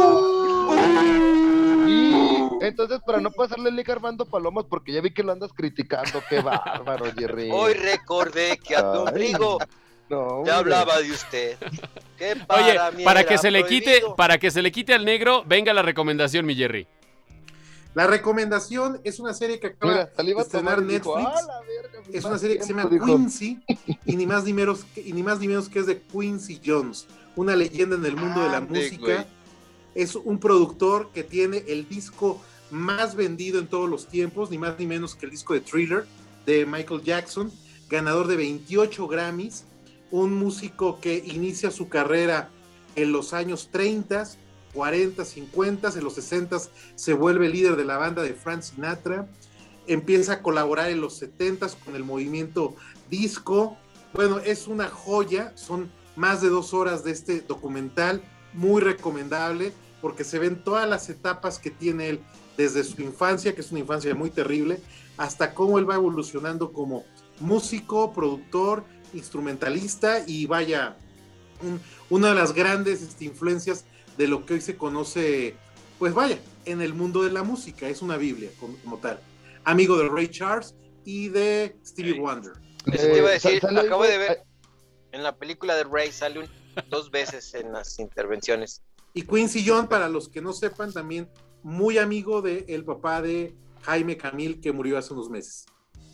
No. Y entonces, para no pasarle el liga a Armando Palomas, porque ya vi que lo andas criticando, qué bárbaro, Jerry. Hoy recordé que a tu Ay, ombligo No, hombre. ya hablaba de usted. Que para Oye, mí para era que se le quite, prohibido. para que se le quite al negro, venga la recomendación, mi Jerry. La recomendación es una serie que acaba Mira, salí de a tomar estrenar y dijo, Netflix. "Ah, la verga, Es más una serie que se llama tiempo", dijo. Quincy y ni más ni menos que, y ni más ni menos que es de Quincy Jones, una leyenda en el mundo de la Ande, música. güey. Es un productor que tiene el disco más vendido en todos los tiempos, ni más ni menos que el disco de Thriller de Michael Jackson, ganador de veintiocho Grammys, un músico que inicia su carrera en los años treinta, cuarenta, cincuenta, en los sesenta se vuelve líder de la banda de Frank Sinatra, empieza a colaborar en los setenta con el movimiento disco. Bueno, es una joya, son más de dos horas de este documental, muy recomendable, porque se ven todas las etapas que tiene él, desde su infancia, que es una infancia muy terrible, hasta cómo él va evolucionando como músico, productor, instrumentalista, y vaya, un, una de las grandes este, influencias de lo que hoy se conoce, pues vaya, en el mundo de la música, es una Biblia como, como tal. Amigo de Ray Charles y de Stevie Ey. Wonder. Eso te iba a Eh, decir, sale ahí, acabo güey, de ver, en la película de Ray sale un- dos veces en las intervenciones. Y Quincy Jones, para los que no sepan, también muy amigo del el papá de Jaime Camil, que murió hace unos meses.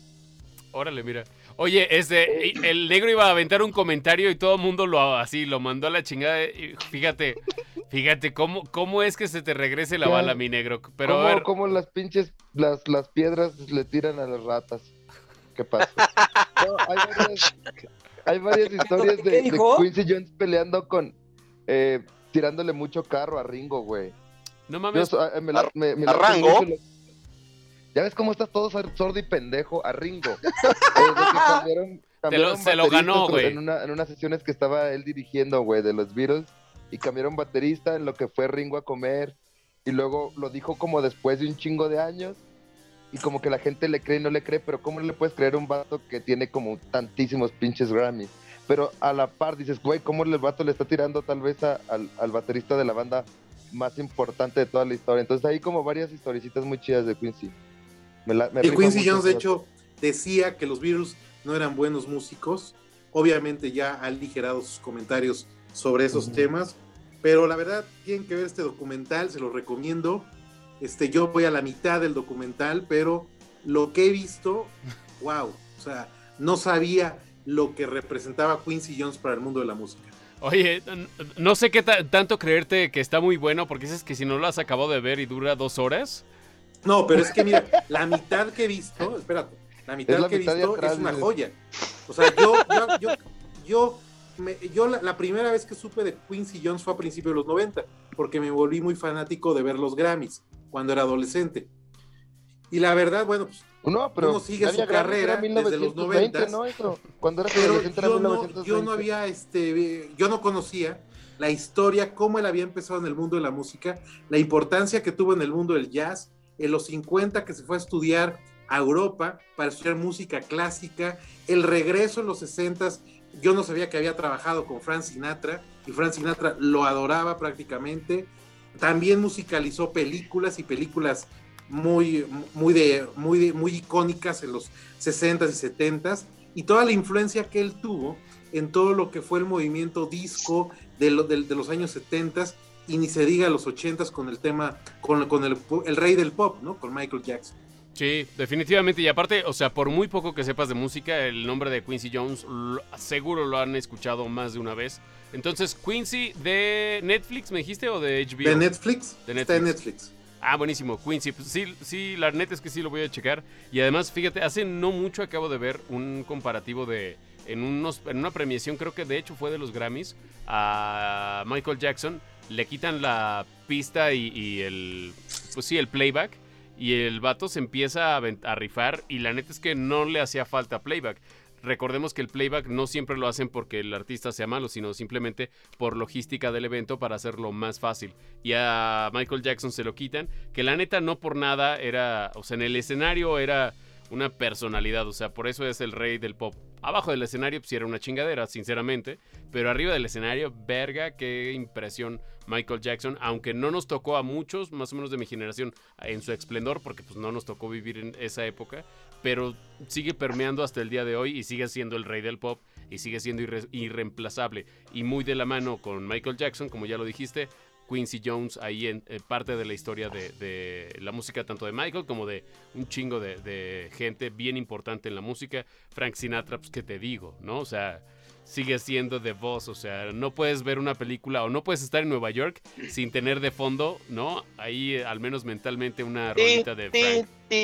Órale, mira. Oye, este, el negro iba a aventar un comentario y todo el mundo lo así, lo mandó a la chingada. Y fíjate, fíjate, ¿cómo, cómo es que se te regrese la Ya. bala, mi negro? Pero ¿Cómo, a ver, cómo las pinches, las, las piedras le tiran a las ratas? ¿Qué pasa? No, hay varias, hay varias historias ¿Qué de, de dijo? Quincy Jones peleando con, eh, tirándole mucho carro a Ringo, güey. no Yo, mames. so- me la- me- me ¿A la- Rango? mucho lo- ¿Ya ves cómo está todo sor- sordo y pendejo? A Ringo. Eh, de que cambiaron- cambiaron se lo ganó, bateristas güey. En, una, en unas sesiones que estaba él dirigiendo, güey, de los Beatles. Y cambiaron baterista en lo que fue Ringo a comer. Y luego lo dijo como después de un chingo de años. Y como que la gente le cree y no le cree. Pero ¿cómo le puedes creer a un vato que tiene como tantísimos pinches Grammys? Pero a la par dices, güey, ¿cómo el vato le está tirando tal vez a- al, al baterista de la banda más importante de toda la historia? Entonces hay como varias historicitas muy chidas de Quincy. Me la- me Y rifa Quincy mucho Jones, de esa- hecho, decía que los Beatles no eran buenos músicos. Obviamente ya ha aligerado sus comentarios sobre esos Ujú. temas, pero la verdad tienen que ver este documental, se los recomiendo. Este, yo voy a la mitad del documental, pero lo que he visto, wow, o sea, no sabía lo que representaba Quincy Jones para el mundo de la música. Oye, n- no sé qué ta- tanto creerte que está muy bueno, porque dices que si no lo has acabado de ver y dura dos horas. No, pero es que mira, la mitad que he visto, espérate, la mitad Es la que he mitad de visto atrás, es una dices. joya. O sea, yo, yo, yo, yo, me- yo la, la primera vez que supe de Quincy Jones fue a principios de los noventa, porque me volví muy fanático de ver los Grammys cuando era adolescente. Y la verdad, bueno, pues, No, pero uno sigue ya su había Grammys, carrera era desde los mil novecientos veinte, noventas, ¿no? Eso, cuando era pero adolescente era yo no, mil novecientos veinte. yo no había, este, yo no conocía la historia, cómo él había empezado en el mundo de la música, la importancia que tuvo en el mundo del jazz, en los cincuenta que se fue a estudiar a Europa para estudiar música clásica, el regreso en los sesenta, yo no sabía que había trabajado con Frank Sinatra, y Frank Sinatra lo adoraba prácticamente, también musicalizó películas y películas muy, muy, de, muy, de, muy icónicas en los sesentas y setentas, y toda la influencia que él tuvo en todo lo que fue el movimiento disco de, lo, de, de los años setentas, y ni se diga los ochentas con el tema, con, con el, el rey del pop, ¿no? Con Michael Jackson. Sí, definitivamente. Y aparte, o sea, por muy poco que sepas de música, el nombre de Quincy Jones lo- seguro lo han escuchado más de una vez. Entonces, Quincy de Netflix, ¿me dijiste? ¿O de H B O? ¿De Netflix? De Está en Netflix. Netflix. Ah, buenísimo, Quincy. Pues sí, sí, la neta es que sí lo voy a checar. Y además, fíjate, hace no mucho acabo de ver un comparativo de... En, unos, en una premiación, creo que de hecho fue de los Grammys, a Michael Jackson. Le quitan la pista y, y el... Pues sí, el playback. Y el vato se empieza a, ven- a rifar. Y la neta es que no le hacía falta playback. Recordemos que el playback no siempre lo hacen porque el artista sea malo, sino simplemente por logística del evento para hacerlo más fácil. Y a Michael Jackson se lo quitan, que la neta no por nada era, o sea, en el escenario era una personalidad, o sea, por eso es el rey del pop. Abajo del escenario pues sí era una chingadera, sinceramente, pero arriba del escenario, verga, qué impresión Michael Jackson, aunque no nos tocó a muchos, más o menos de mi generación, en su esplendor, porque pues no nos tocó vivir en esa época, pero sigue permeando hasta el día de hoy y sigue siendo el rey del pop y sigue siendo irre- irreemplazable y muy de la mano con Michael Jackson, como ya lo dijiste. Quincy Jones ahí en, en parte de la historia de, de la música tanto de Michael como de un chingo de, de gente bien importante en la música. Frank Sinatra, pues qué te digo, ¿no? O sea, sigue siendo de voz, o sea, no puedes ver una película o no puedes estar en Nueva York sin tener de fondo, ¿no? Ahí eh, al menos mentalmente una rolita de Frank.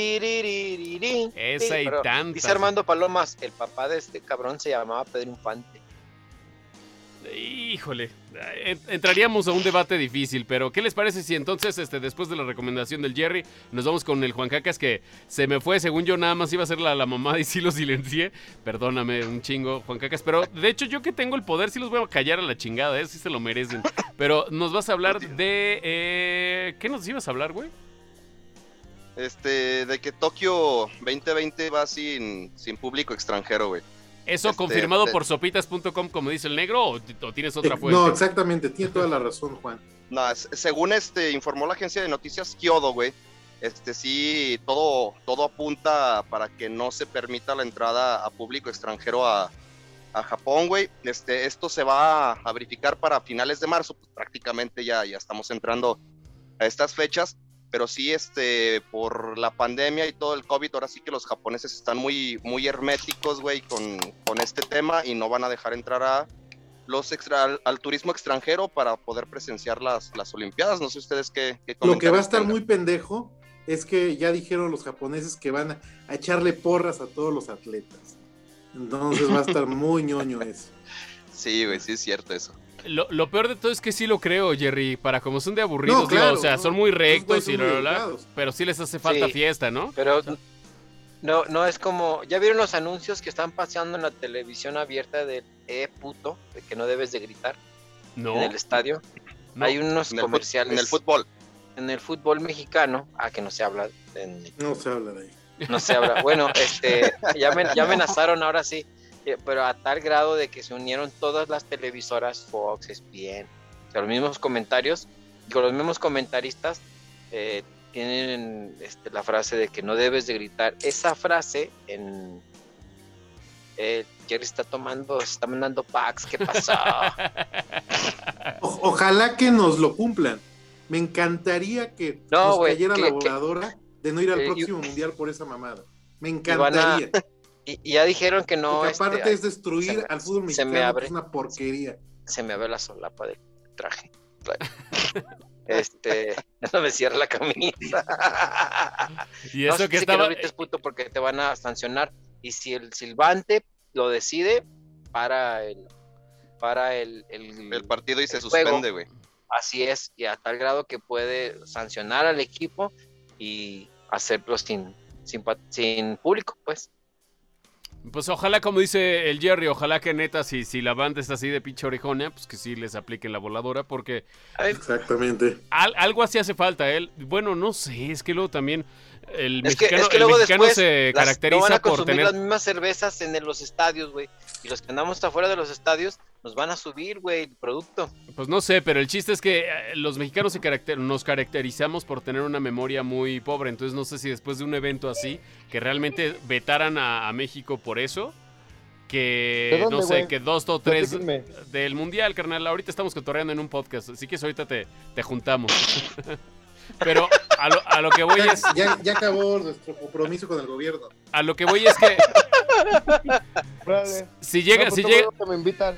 Esa y Pero tantas. dice Armando Palomas, el papá de este cabrón se llamaba Pedro Infante. Híjole, en- entraríamos a un debate difícil, pero ¿qué les parece si entonces, este, después de la recomendación del Jerry, nos vamos con el Juan Cacas, que se me fue, según yo nada más iba a ser la, la mamada y sí lo silencié? Perdóname un chingo, Juan Cacas, pero de hecho yo que tengo el poder sí los voy a callar a la chingada, ¿eh? Sí se lo merecen. Pero nos vas a hablar de... Eh, ¿qué nos ibas a hablar, güey? Este, de que Tokio veinte veinte va sin, sin público extranjero, güey. ¿Eso Este, confirmado de- por sopitas punto com, como dice el negro, o, o tienes otra Eh, fuente? no, exactamente, tiene toda la razón, Juan. No, es- según este informó la agencia de noticias Kyodo, güey, este sí, todo, todo apunta para que no se permita la entrada a público extranjero a, a Japón, güey. Este, esto se va a verificar para finales de marzo, pues prácticamente ya, ya estamos entrando a estas fechas, pero sí, este, por la pandemia y todo el COVID, ahora sí que los japoneses están muy, muy herméticos, güey, con, con este tema y no van a dejar entrar a los extra, al, al turismo extranjero para poder presenciar las, las Olimpiadas. No sé ustedes qué, qué Lo que va a estar tengan. muy pendejo es que ya dijeron los japoneses que van a, a echarle porras a todos los atletas. Entonces va a estar muy ñoño eso. Sí, güey, sí es cierto eso. Lo, lo peor de todo es que sí lo creo, Jerry, para como son de aburridos, No, claro, digo, o sea, no, son muy esos rectos güeyes y son muy bla, bla, bla, educados. pero sí les hace falta Sí. fiesta, ¿no? Pero no, no es como, ¿ya vieron los anuncios que están paseando en la televisión abierta de eh puto, de que no debes de gritar No, en el estadio? no. Hay unos En el, fut- comerciales en el fútbol. en el fútbol mexicano, ah, que no se habla, en- No se habla de ahí. no se habla, bueno, este, ya, me, ya amenazaron ahora sí, eh, pero a tal grado de que se unieron todas las televisoras, Fox, E S P N, o sea, los mismos comentarios, con los mismos comentaristas, eh, tienen este, la frase de que no debes de gritar. Esa frase en... Eh, Jerry está tomando, se está mandando packs, ¿qué pasó? O- ojalá que nos lo cumplan. Me encantaría que No, nos güey, cayera que- la que- voladora de no ir al eh, próximo mundial por esa mamada. Me Y van a- encantaría. Y, y ya dijeron que no, Porque este, aparte ay, es destruir se me- al fútbol se mexicano, me abre. que es una porquería. se me ve la solapa del traje. Este, no me cierra la camisa. Y No, eso sí que sé estaba... no grites puto porque te van a sancionar. Y si el silbante lo decide, para el para el, el, El partido y se el juego. suspende, güey. Así es, y a tal grado que puede sancionar al equipo y hacerlo sin, sin, pa- sin público, pues. Pues ojalá, como dice el Jerry, ojalá que neta, si, si la banda está así de pinche orejona, pues que sí les apliquen la voladora, porque A ver, Exactamente. al- algo así hace falta. Él, bueno, no sé, es que luego también el es que, mexicano, es que el luego mexicano después se las- no caracteriza van a por consumir tener... las mismas cervezas en el- los estadios, güey. Y los que andamos afuera de los estadios nos van a subir, güey, el producto. Pues no sé, pero el chiste es que eh, los mexicanos se caracter- nos caracterizamos por tener una memoria muy pobre. Entonces no sé si después de un evento así, que realmente vetaran a, a México por eso, ¿De que dónde, no sé, güey? que dos o tres Platíquenme. del mundial, carnal. Ahorita estamos cotorreando en un podcast, así que eso ahorita te, te juntamos. Pero a lo, a lo que voy es, Ya, ya acabó nuestro compromiso con el gobierno. a lo que voy es que Órale. si llega, No, pues, si todo llega, bueno que me invitan.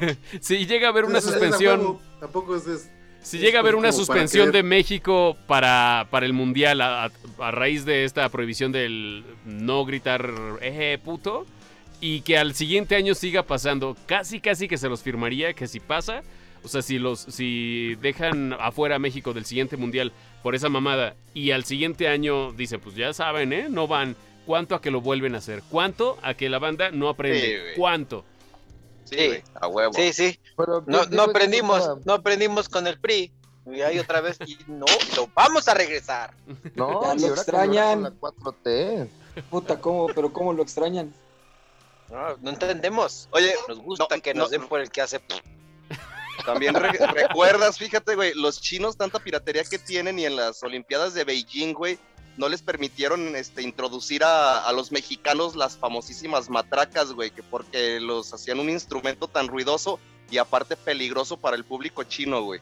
si llega a haber una Es- es a suspensión. huevo, Tampoco es, es- Si Es llega a haber como una para suspensión querer. de México para, para el Mundial a, a- a raíz de esta prohibición del no gritar eh, puto, y que al siguiente año siga pasando, casi casi que se los firmaría que si pasa, o sea, si los si dejan afuera a México del siguiente Mundial por esa mamada y al siguiente año dice, pues ya saben, ¿eh? No van. ¿Cuánto a que lo vuelven a hacer? ¿Cuánto a que la banda no aprende? Sí, güey. ¿Cuánto? Sí, Sí. güey, a huevo. Sí, sí. Pero, No, ¿qué no dijo aprendimos, esa cosa? no aprendimos con el P R I. Y ahí otra vez, y no, lo vamos a regresar. No, Ya y lo ahora extrañan. con la cuatro T. Puta, ¿cómo? Pero ¿cómo lo extrañan? No, no entendemos. Oye, Nos gusta no, que nos no. den por el que hace. también re- recuerdas, fíjate, güey, los chinos tanta piratería que tienen y en las Olimpiadas de Beijing, güey, no les permitieron este, introducir a, a los mexicanos las famosísimas matracas, güey, que porque los hacían un instrumento tan ruidoso y aparte peligroso para el público chino, güey.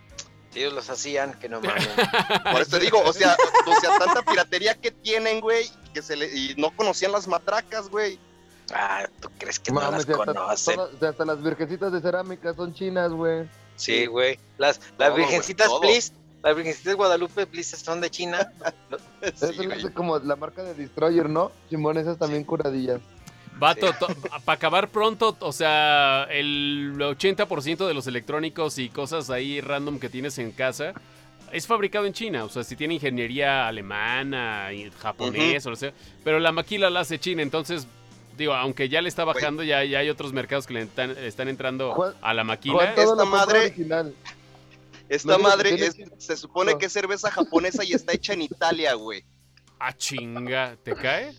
Si ellos los hacían, que no mames. Por eso te digo, o sea, o sea, tanta piratería que tienen, güey, que se le, y no conocían las matracas, güey. Ah, ¿tú crees que no Mames, las y hasta, conocen? todas- hasta las virgencitas de cerámica son chinas, güey. Sí, güey. Las, las Todo, virgencitas güey, todo. Bliss, las virgencitas Guadalupe Bliss son de China. Sí, Eso güey. es como la marca de Destroyer, ¿no? Simón, esas también curadillas. Vato, para acabar pronto, o sea, el ochenta por ciento de los electrónicos y cosas ahí random que tienes en casa es fabricado en China. O sea, si tiene ingeniería alemana y japonesa o lo sea, pero la maquila la hace China. Entonces, digo, aunque ya le está bajando, ya, ya hay otros mercados que le están, están entrando Juan- a la maquila. Juan, todo Esta lo compra madre- original. Esta Lo único madre que es- tiene que- se supone que es cerveza japonesa y está hecha en Italia, güey. Ah, chinga, ¿te cae?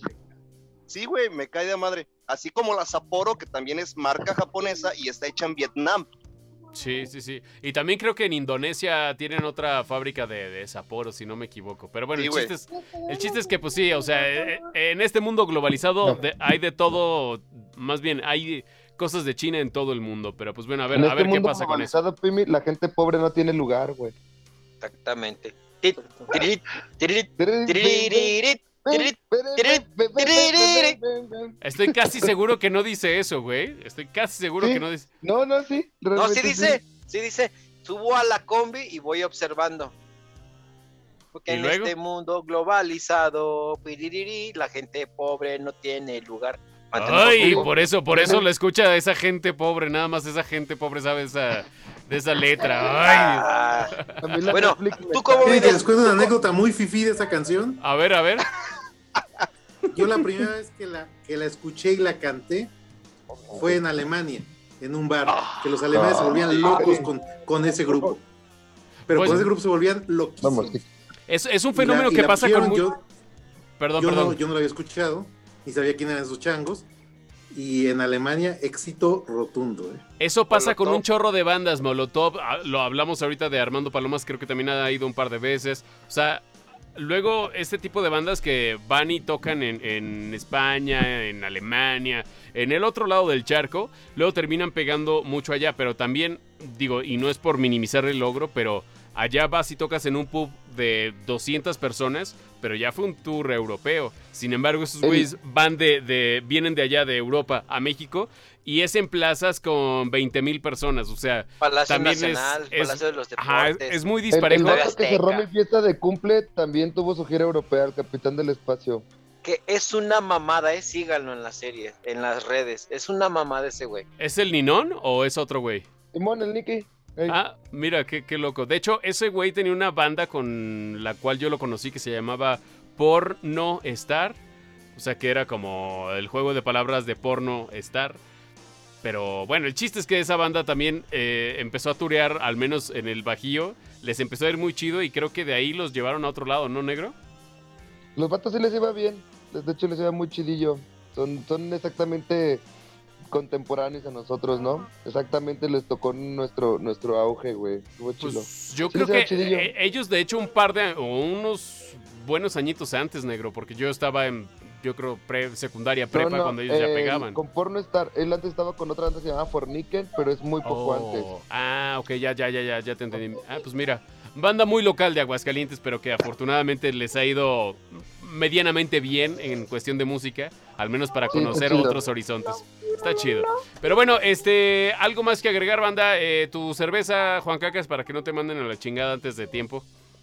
Sí, güey, me cae de madre. Así como la Sapporo, que también es marca japonesa y está hecha en Vietnam. Sí, sí, sí. Y también creo que en Indonesia tienen otra fábrica de, de Sapporo, si no me equivoco. Pero bueno, Sí, el, güey. chiste es, el chiste es que, pues sí, o sea, eh, eh, en este mundo globalizado de- hay de todo, más bien, hay cosas de China en todo el mundo. Pero pues bueno, a ver, En a este ver qué mundo pasa con eso. globalizado, Pimi, la gente pobre no tiene lugar, güey. Exactamente. Tit, tiririt, tiririt, tiriririt, tiririt, tiririt. Estoy casi seguro que no dice eso, güey. Estoy casi seguro Sí. que no dice... No, no, sí. No, realmente sí dice, sí dice, subo a la combi y voy observando. Porque ¿Y en luego? este mundo globalizado, piririri, la gente pobre no tiene lugar. Mantenemos Ay, vivo. por eso, por eso lo escucha esa gente pobre, nada más esa gente pobre sabe esa, de esa letra. Ay, Ah, A mí la Bueno, Netflix me ¿tú cómo caga. ¿Quieren que vives? les cuente una anécdota muy fifí de esa canción? a ver, a ver. Yo la primera vez que la, que la escuché y la canté fue en Alemania, en un bar, que los alemanes se volvían locos con, con ese grupo. Pero Pues- con ese grupo se volvían loquísimos. Vamos, sí. Es, es un Y la- fenómeno y que la pasa con... pusieron, mu- Yo, Perdón, yo, perdón. no, yo no lo había escuchado, ni sabía quién eran esos changos. Y en Alemania, éxito rotundo. ¿eh? Eso pasa con Molotov. un chorro de bandas, Molotov, ah, lo hablamos ahorita de Armando Palomas, creo que también ha ido un par de veces. O sea, luego este tipo de bandas que van y tocan en, en España, en Alemania, en el otro lado del charco, luego terminan pegando mucho allá, pero también, digo, y no es por minimizar el logro, pero allá vas y tocas en un pub de doscientas personas, pero ya fue un tour europeo. Sin embargo, esos El- güeyes van de, de, vienen de allá, de Europa a México, y es en plazas con veinte mil personas. O sea, Palacio también es- Nacional, es- Palacio de los Deportes. ajá, es, es muy El, el disparejo. Estadio vato que Azteca. cerró mi fiesta de cumple también tuvo su gira europea, el capitán del espacio. Que es una mamada, eh, síganlo en la serie, en las redes. Es una mamada ese güey. ¿Es el Ninón o es otro güey? Simón, el Nicky. Ey. Ah, mira, qué, qué loco. De hecho, ese güey tenía una banda con la cual yo lo conocí que se llamaba Porno Star. O sea, que era como el juego de palabras de porno Star. Pero bueno, el chiste es que esa banda también eh, empezó a turear, al menos en el Bajío. Les empezó a ir muy chido y creo que de ahí los llevaron a otro lado, ¿no, negro? Los vatos sí les iba bien. De hecho, les iba muy chidillo. Son, son exactamente contemporáneos a nosotros, ¿no? Exactamente les tocó nuestro, nuestro auge, güey. Estuvo chido. Pues yo Sí, creo se que ve chidillo. eh, ellos de hecho un par de o unos buenos añitos antes, negro, porque yo estaba en, yo creo, pre secundaria, prepa No, no, cuando ellos ya eh, pegaban. Con Porno Star, él antes estaba con otra banda que se llamaba Forniken, pero es muy poco antes. Oh, ah, ok, ya, ya, ya, ya, ya te entendí. Ah, pues mira, banda muy local de Aguascalientes, pero que afortunadamente les ha ido medianamente bien en cuestión de música, al menos para Sí, está conocer chido. otros horizontes. Está chido. Pero bueno, este, algo más que agregar, banda. Eh, tu cerveza, Juan Cacas, para que no te manden a la chingada antes de tiempo.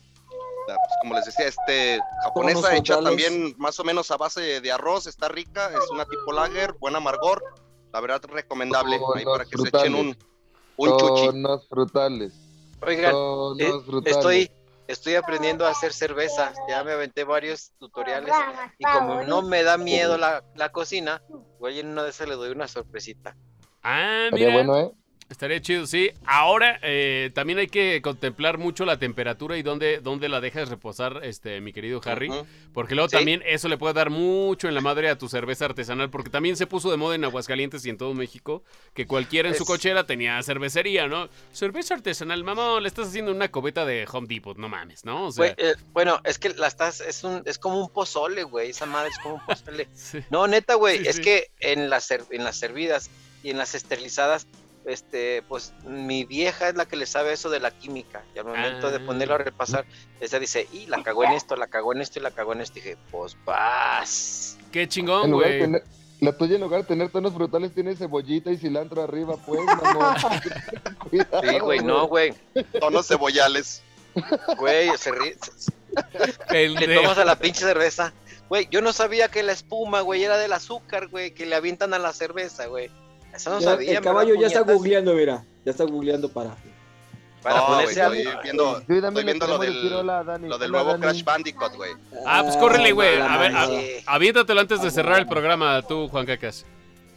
Ya, pues, como les decía, este japonesa Tonos hecha frutales. también más o menos a base de arroz, está rica, es una tipo lager, buen amargor, la verdad recomendable, Tonos ahí para que se frutales. echen un, un chuchi. Tonos frutales. Oigan, Tonos eh, frutales. estoy, estoy aprendiendo a hacer cerveza. Ya me aventé varios tutoriales. Y como no me da miedo la, la cocina, güey, en una de esas le doy una sorpresita. Ah, Estaría mira. bueno, ¿eh? Estaría chido, sí. Ahora eh, también hay que contemplar mucho la temperatura y dónde, dónde la dejas reposar, este, mi querido Harry. Ujú. Porque luego Sí. también eso le puede dar mucho en la madre a tu cerveza artesanal. Porque también se puso de moda en Aguascalientes y en todo México que cualquiera en su Es- cochera tenía cervecería, ¿no? Cerveza artesanal, mamá, le estás haciendo una cubeta de Home Depot, no mames, ¿no? O sea, Güey, eh, bueno, es que la estás, es un, es como un pozole, güey. Esa madre es como un pozole. sí. No, neta, güey, Sí, es sí. que en las, ser- en las servidas y en las esterilizadas, este, pues mi vieja es la que le sabe eso de la química. Y al momento de Ah. ponerlo a repasar, ella dice, y la cagó en esto, la cagó en esto y la cagó en esto. Y dije, pues vas. Qué chingón, En lugar de güey. tener, la tuya en lugar de tener tonos frutales tiene cebollita y cilantro arriba, pues, mamón. Cuidado, Sí, güey, no, güey. Tonos cebollales. Güey, se ríe. Le Pendejo. tomas a la pinche cerveza. Güey, yo no sabía que la espuma, güey, era del azúcar, güey, que le avientan a la cerveza, güey. Eso no Ya, sabía. el caballo ¿verdad, ya está puñetas? googleando, mira. Ya está googleando para. Para No, güey, ponerse a... estoy viendo, Yo también estoy le viendo lo queremos del, decir hola a Dani. lo del Hola, nuevo Dani. Crash Bandicoot, güey. Ah, pues córrele, güey. no, A ver, no, a- no. aviéntatelo antes de cerrar el programa, tú, Juan Cacas.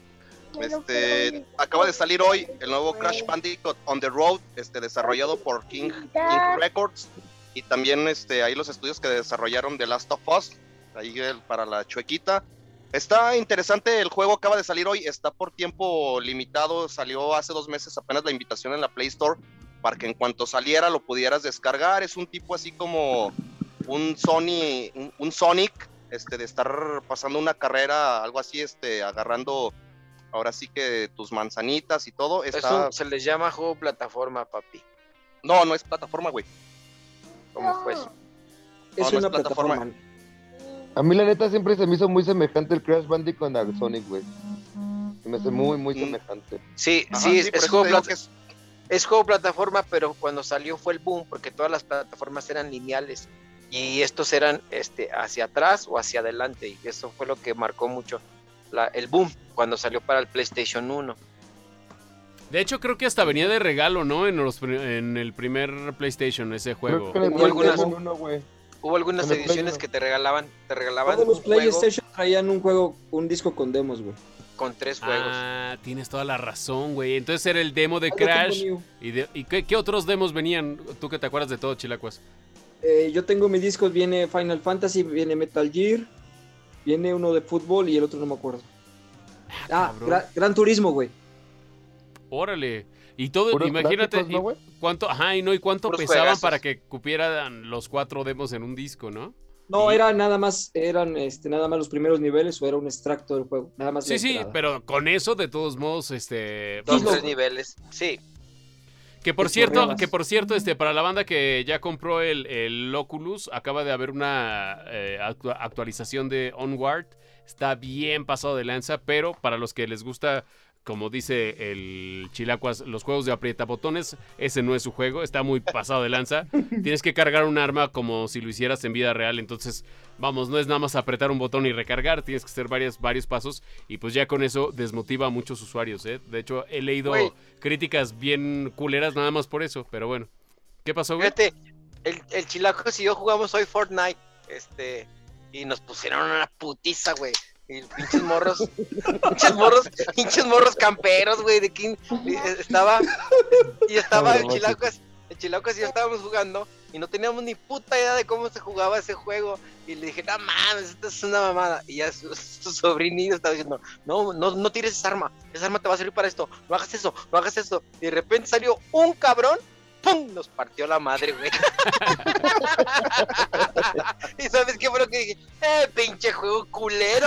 Este, acaba de salir hoy el nuevo Crash Bandicoot On The Road, este, desarrollado por King, King Records, y también este, ahí los estudios que desarrollaron The Last of Us, ahí el- para la chuequita. Está interesante el juego, acaba de salir hoy, está por tiempo limitado, salió hace dos meses apenas la invitación en la Play Store para que en cuanto saliera lo pudieras descargar. Es un tipo así como un Sony, un, un Sonic, este, de estar pasando una carrera, algo así, este, agarrando ahora sí que tus manzanitas y todo. Está... Eso se les llama juego plataforma, papi. No, no es plataforma, güey. ¿Cómo fue eso? Es No, no una es plataforma. plataforma. A mí la neta siempre se me hizo muy semejante el Crash Bandicoot a Sonic, güey. Se me hace muy, muy Mm. semejante. Sí, Ajá, sí, es, por es eso juego te digo plata- que es- es juego plataforma, pero cuando salió fue el boom, porque todas las plataformas eran lineales y estos eran este, hacia atrás o hacia adelante, y eso fue lo que marcó mucho la, el boom cuando salió para el PlayStation uno. De hecho, creo que hasta venía de regalo, ¿no? En, los, pri- en el primer PlayStation, ese juego. Creo que en el Hubo algunas- PlayStation uno, güey. Hubo algunas En el Play ediciones uno. que te regalaban, te regalaban Todos los un juego PlayStation traían un juego, un disco con demos, güey. con tres juegos. Ah, tienes toda la razón, güey. Entonces era el demo de Algo tipo Crash. New. ¿Y, de- y qué, qué otros demos venían? Tú que te acuerdas de todo, Chilacuas. Eh, yo tengo mis discos, viene Final Fantasy, viene Metal Gear, viene uno de fútbol y el otro no me acuerdo. Ah, cabrón. Gra- Gran Turismo, güey. Órale. Y todo, Puros imagínate, clásicos, ¿no, güey? y cuánto, ajá, y no, y cuánto Puros pesaban juegazos. para que cupieran los cuatro demos en un disco, ¿no? No, Y- era nada más, eran este, nada más los primeros niveles o era un extracto del juego. Nada más. Sí, la sí, entrada. pero con eso, de todos modos, este. Dos, lo- tres niveles. Sí, Que por Eso cierto, remas. que por cierto, este, para la banda que ya compró el, el Oculus, acaba de haber una eh, actua- actualización de Onward. Está bien pasado de lanza, pero para los que les gusta, como dice el Chilacuas, los juegos de aprietabotones, ese no es su juego, está muy pasado de lanza. Tienes que cargar un arma como si lo hicieras en vida real, entonces, vamos, no es nada más apretar un botón y recargar, tienes que hacer varias, varios pasos y pues ya con eso desmotiva a muchos usuarios, ¿eh? De hecho, he leído Güey. críticas bien culeras nada más por eso, pero bueno. ¿Qué pasó, güey? fíjate, el, el Chilacos y yo jugamos hoy Fortnite, este, y nos pusieron una putiza, güey. Y pinches morros, pinches morros, pinches morros camperos, güey, de quién estaba, y estaba el Chilacos, el Chilacos y yo estábamos jugando y no teníamos ni puta idea de cómo se jugaba ese juego. Y le dije, no mames, esto es una mamada. Y ya su, su sobrinillo estaba diciendo, no, no, no tires esa arma, esa arma te va a servir para esto, no hagas eso, no hagas eso. Y de repente salió un cabrón, ¡pum! Nos partió la madre, güey. ¿Y sabes qué fue lo que dije? ¡Eh, pinche juego culero!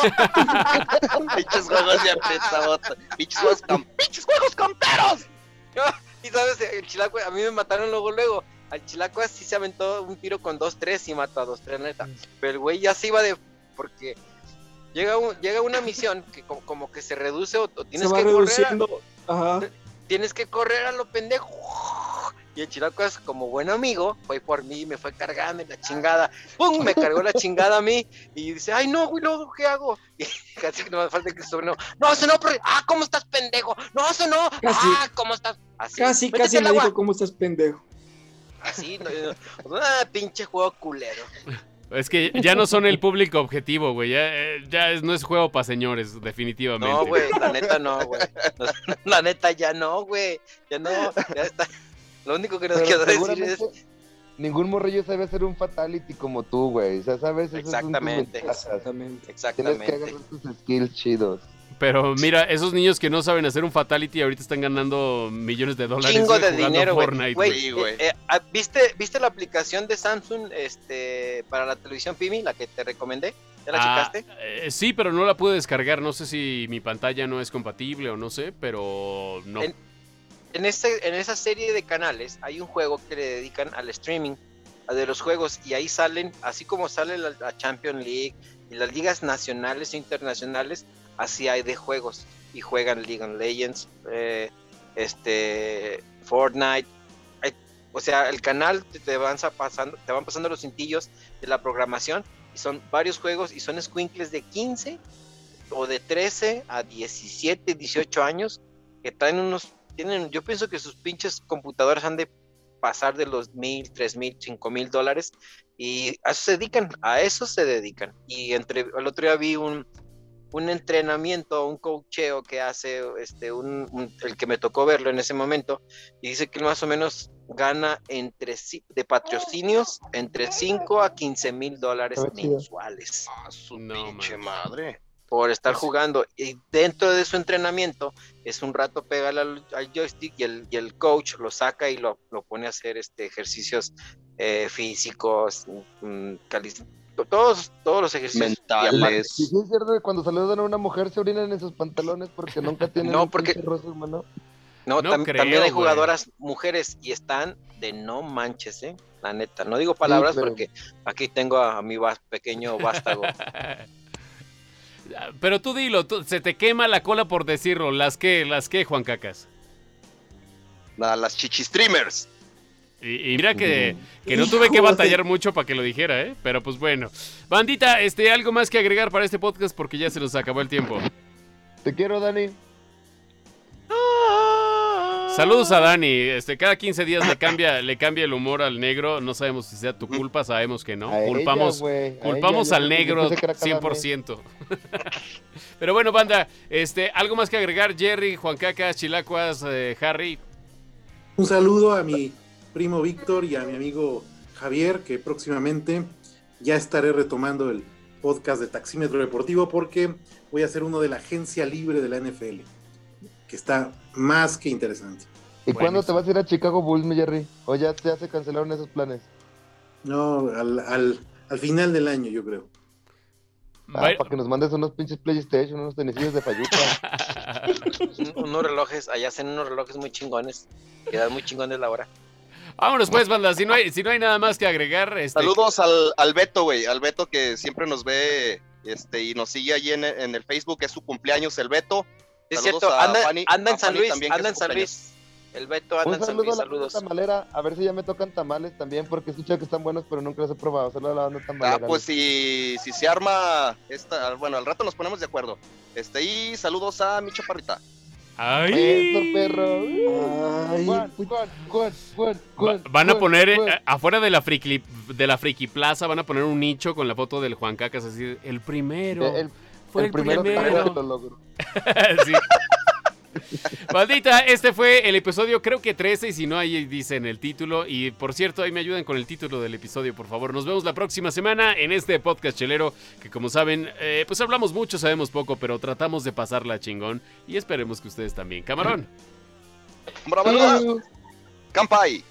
Pinches juegos de apretadota, pinches juegos cam- ¡Pinches juegos camperos! Y sabes, el Chilaco, a mí me mataron luego, luego. Al Chilaco así se aventó un tiro con dos tres y mató a dos tres, neta. Pero el güey ya se iba de... Porque llega, un, llega una misión que como, como que se reduce o, o tienes Se va que correr. reduciendo. Ajá. Tienes que correr a lo pendejo. Y el Chilacos, como buen amigo, fue por mí, me fue cargando y la chingada. ¡Pum! Me cargó la chingada a mí. Y dice, ay, no, güey, no, ¿qué hago? Y casi que no me falta que sobre no. No, eso no, pero, ah, ¿cómo estás, pendejo? No, eso no. Casi. Ah, ¿cómo estás? Así. Casi, Métete casi al me agua. dijo, ¿cómo estás, pendejo? Así, no, no. Ah, pinche juego culero. Es que ya no son el público objetivo, güey. Ya, eh, ya es- no es juego para señores, definitivamente. No, güey, la neta no, güey. La neta ya no, güey. Ya no, ya está. Lo único que nos Pero quedó decir es... seguramente ningún morrillo sabe hacer un fatality como tú, güey. O sea, sabes, esas son tus Exactamente. ventajas. Exactamente. Tienes que Exactamente. agarrar tus skills chidos. Pero mira, esos niños que no saben hacer un fatality ahorita están ganando millones de dólares. Chingo güey, de jugando dinero, güey. Fortnite, Güey, Sí, güey. eh, eh, ah, ¿viste, ¿viste la aplicación de Samsung este, para la televisión Pimi, la que te recomendé? ¿Ya la Ah, checaste? eh, sí, pero no la pude descargar. No sé si mi pantalla no es compatible o no sé, pero no. En- En, este, en esa serie de canales hay un juego que le dedican al streaming a de los juegos y ahí salen, así como sale la, la Champions League y las ligas nacionales e internacionales, así hay de juegos y juegan League of Legends, eh, este, Fortnite. Hay- o sea, el canal te, te van pasando, te van pasando los cintillos de la programación y son varios juegos y son escuincles de quince o de trece a diecisiete, dieciocho años que traen unos, tienen, yo pienso que sus pinches computadoras han de pasar de los mil, tres mil, cinco mil dólares y a eso se dedican, a eso se dedican. Y entre el otro día vi un, un entrenamiento, un coacheo que hace este un, un- el que me tocó verlo en ese momento y dice que más o menos gana entre ci- de patrocinios entre cinco a quince mil dólares Ah, chido. mensuales. Ah, su No, pinche man. madre. por estar jugando. Y dentro de su entrenamiento es un rato pegarle al, al joystick y el, y el coach lo saca y lo, lo pone a hacer este ejercicios eh, físicos, mm, cali- todos, todos los ejercicios mentales. ¿Y sí es cierto que cuando saludan a una mujer se orinan en sus pantalones porque nunca tienen No, un porque- pinche rosa, hermano? No, No tam- creo, también hay güey. jugadoras mujeres y están de no manches, ¿eh? La neta, no digo palabras pero- porque aquí tengo a, a mi vas- pequeño vástago. Pero tú dilo, tú- se te quema la cola por decirlo. ¿Las qué, las qué, Juan Cacas? La- las chichistreamers. Y, y mira que, que no Hijo tuve que de- batallar mucho para que lo dijera, ¿eh? Pero pues bueno. Bandita, este, algo más que agregar para este podcast porque ya se nos acabó el tiempo. Te quiero, Dani. Saludos a Dani. Este, cada quince días le cambia, le cambia el humor al negro. No sabemos si sea tu culpa, sabemos que no. A ella, Culpamos, güey, a culpamos ella, al yo- yo negro pensé que era cada cien por ciento. Pero bueno, banda, este, algo más que agregar, Jerry, Juan Cacas, Chilacuas, eh, Harry. Un saludo a mi primo Víctor y a mi amigo Javier, que próximamente ya estaré retomando el podcast de Taxímetro Deportivo porque voy a ser uno de la agencia libre de la N F L, que está más que interesante. ¿Y Buenísimo. cuándo te vas a ir a Chicago Bulls, mi Jerry? ¿O ya, ya se cancelaron esos planes? No, al, al, al final del año, yo creo. Ah, Bueno, para que nos mandes unos pinches PlayStation, unos tenisillos de Fayuca. Un- unos relojes, allá hacen unos relojes muy chingones. Quedan muy chingones la hora. vámonos pues, banda. Si no hay, si no hay nada más que agregar, este, Saludos al, al Beto, güey. Al Beto que siempre nos ve este, y nos sigue allí en, en el Facebook. Es su cumpleaños, el Beto. Es Saludos cierto, a anda, Fanny- anda en a San Fanny Luis, también, que anda es en San cumpleaños. Luis. El Beto anda Un en San saludo Luis, a la banda saludos. tamalera, a ver si ya me tocan tamales también, porque escucho que están buenos, pero nunca los he probado. Saludos a la banda Ah, tamalera. pues si, si se arma esta, bueno, al rato nos ponemos de acuerdo. Este, y saludos a mi chaparrita. ay, Eso, perro. Ay, Juan, Juan, Juan, Juan, Va- Juan, van a Juan, poner eh, Juan. afuera de la friki de la friki plaza, van a poner un nicho con la foto del Juan Cacas así, el primero. El, fue el, el primero, primero. que lo logro. Sí. Maldita, este fue el episodio creo que trece y si no ahí dice en el título y por cierto ahí me ayuden con el título del episodio por favor. Nos vemos la próxima semana en este podcast chelero que como saben eh, pues hablamos mucho, sabemos poco pero tratamos de pasarla chingón y esperemos que ustedes también. Camarón. ¡Bravo! ¡Campai!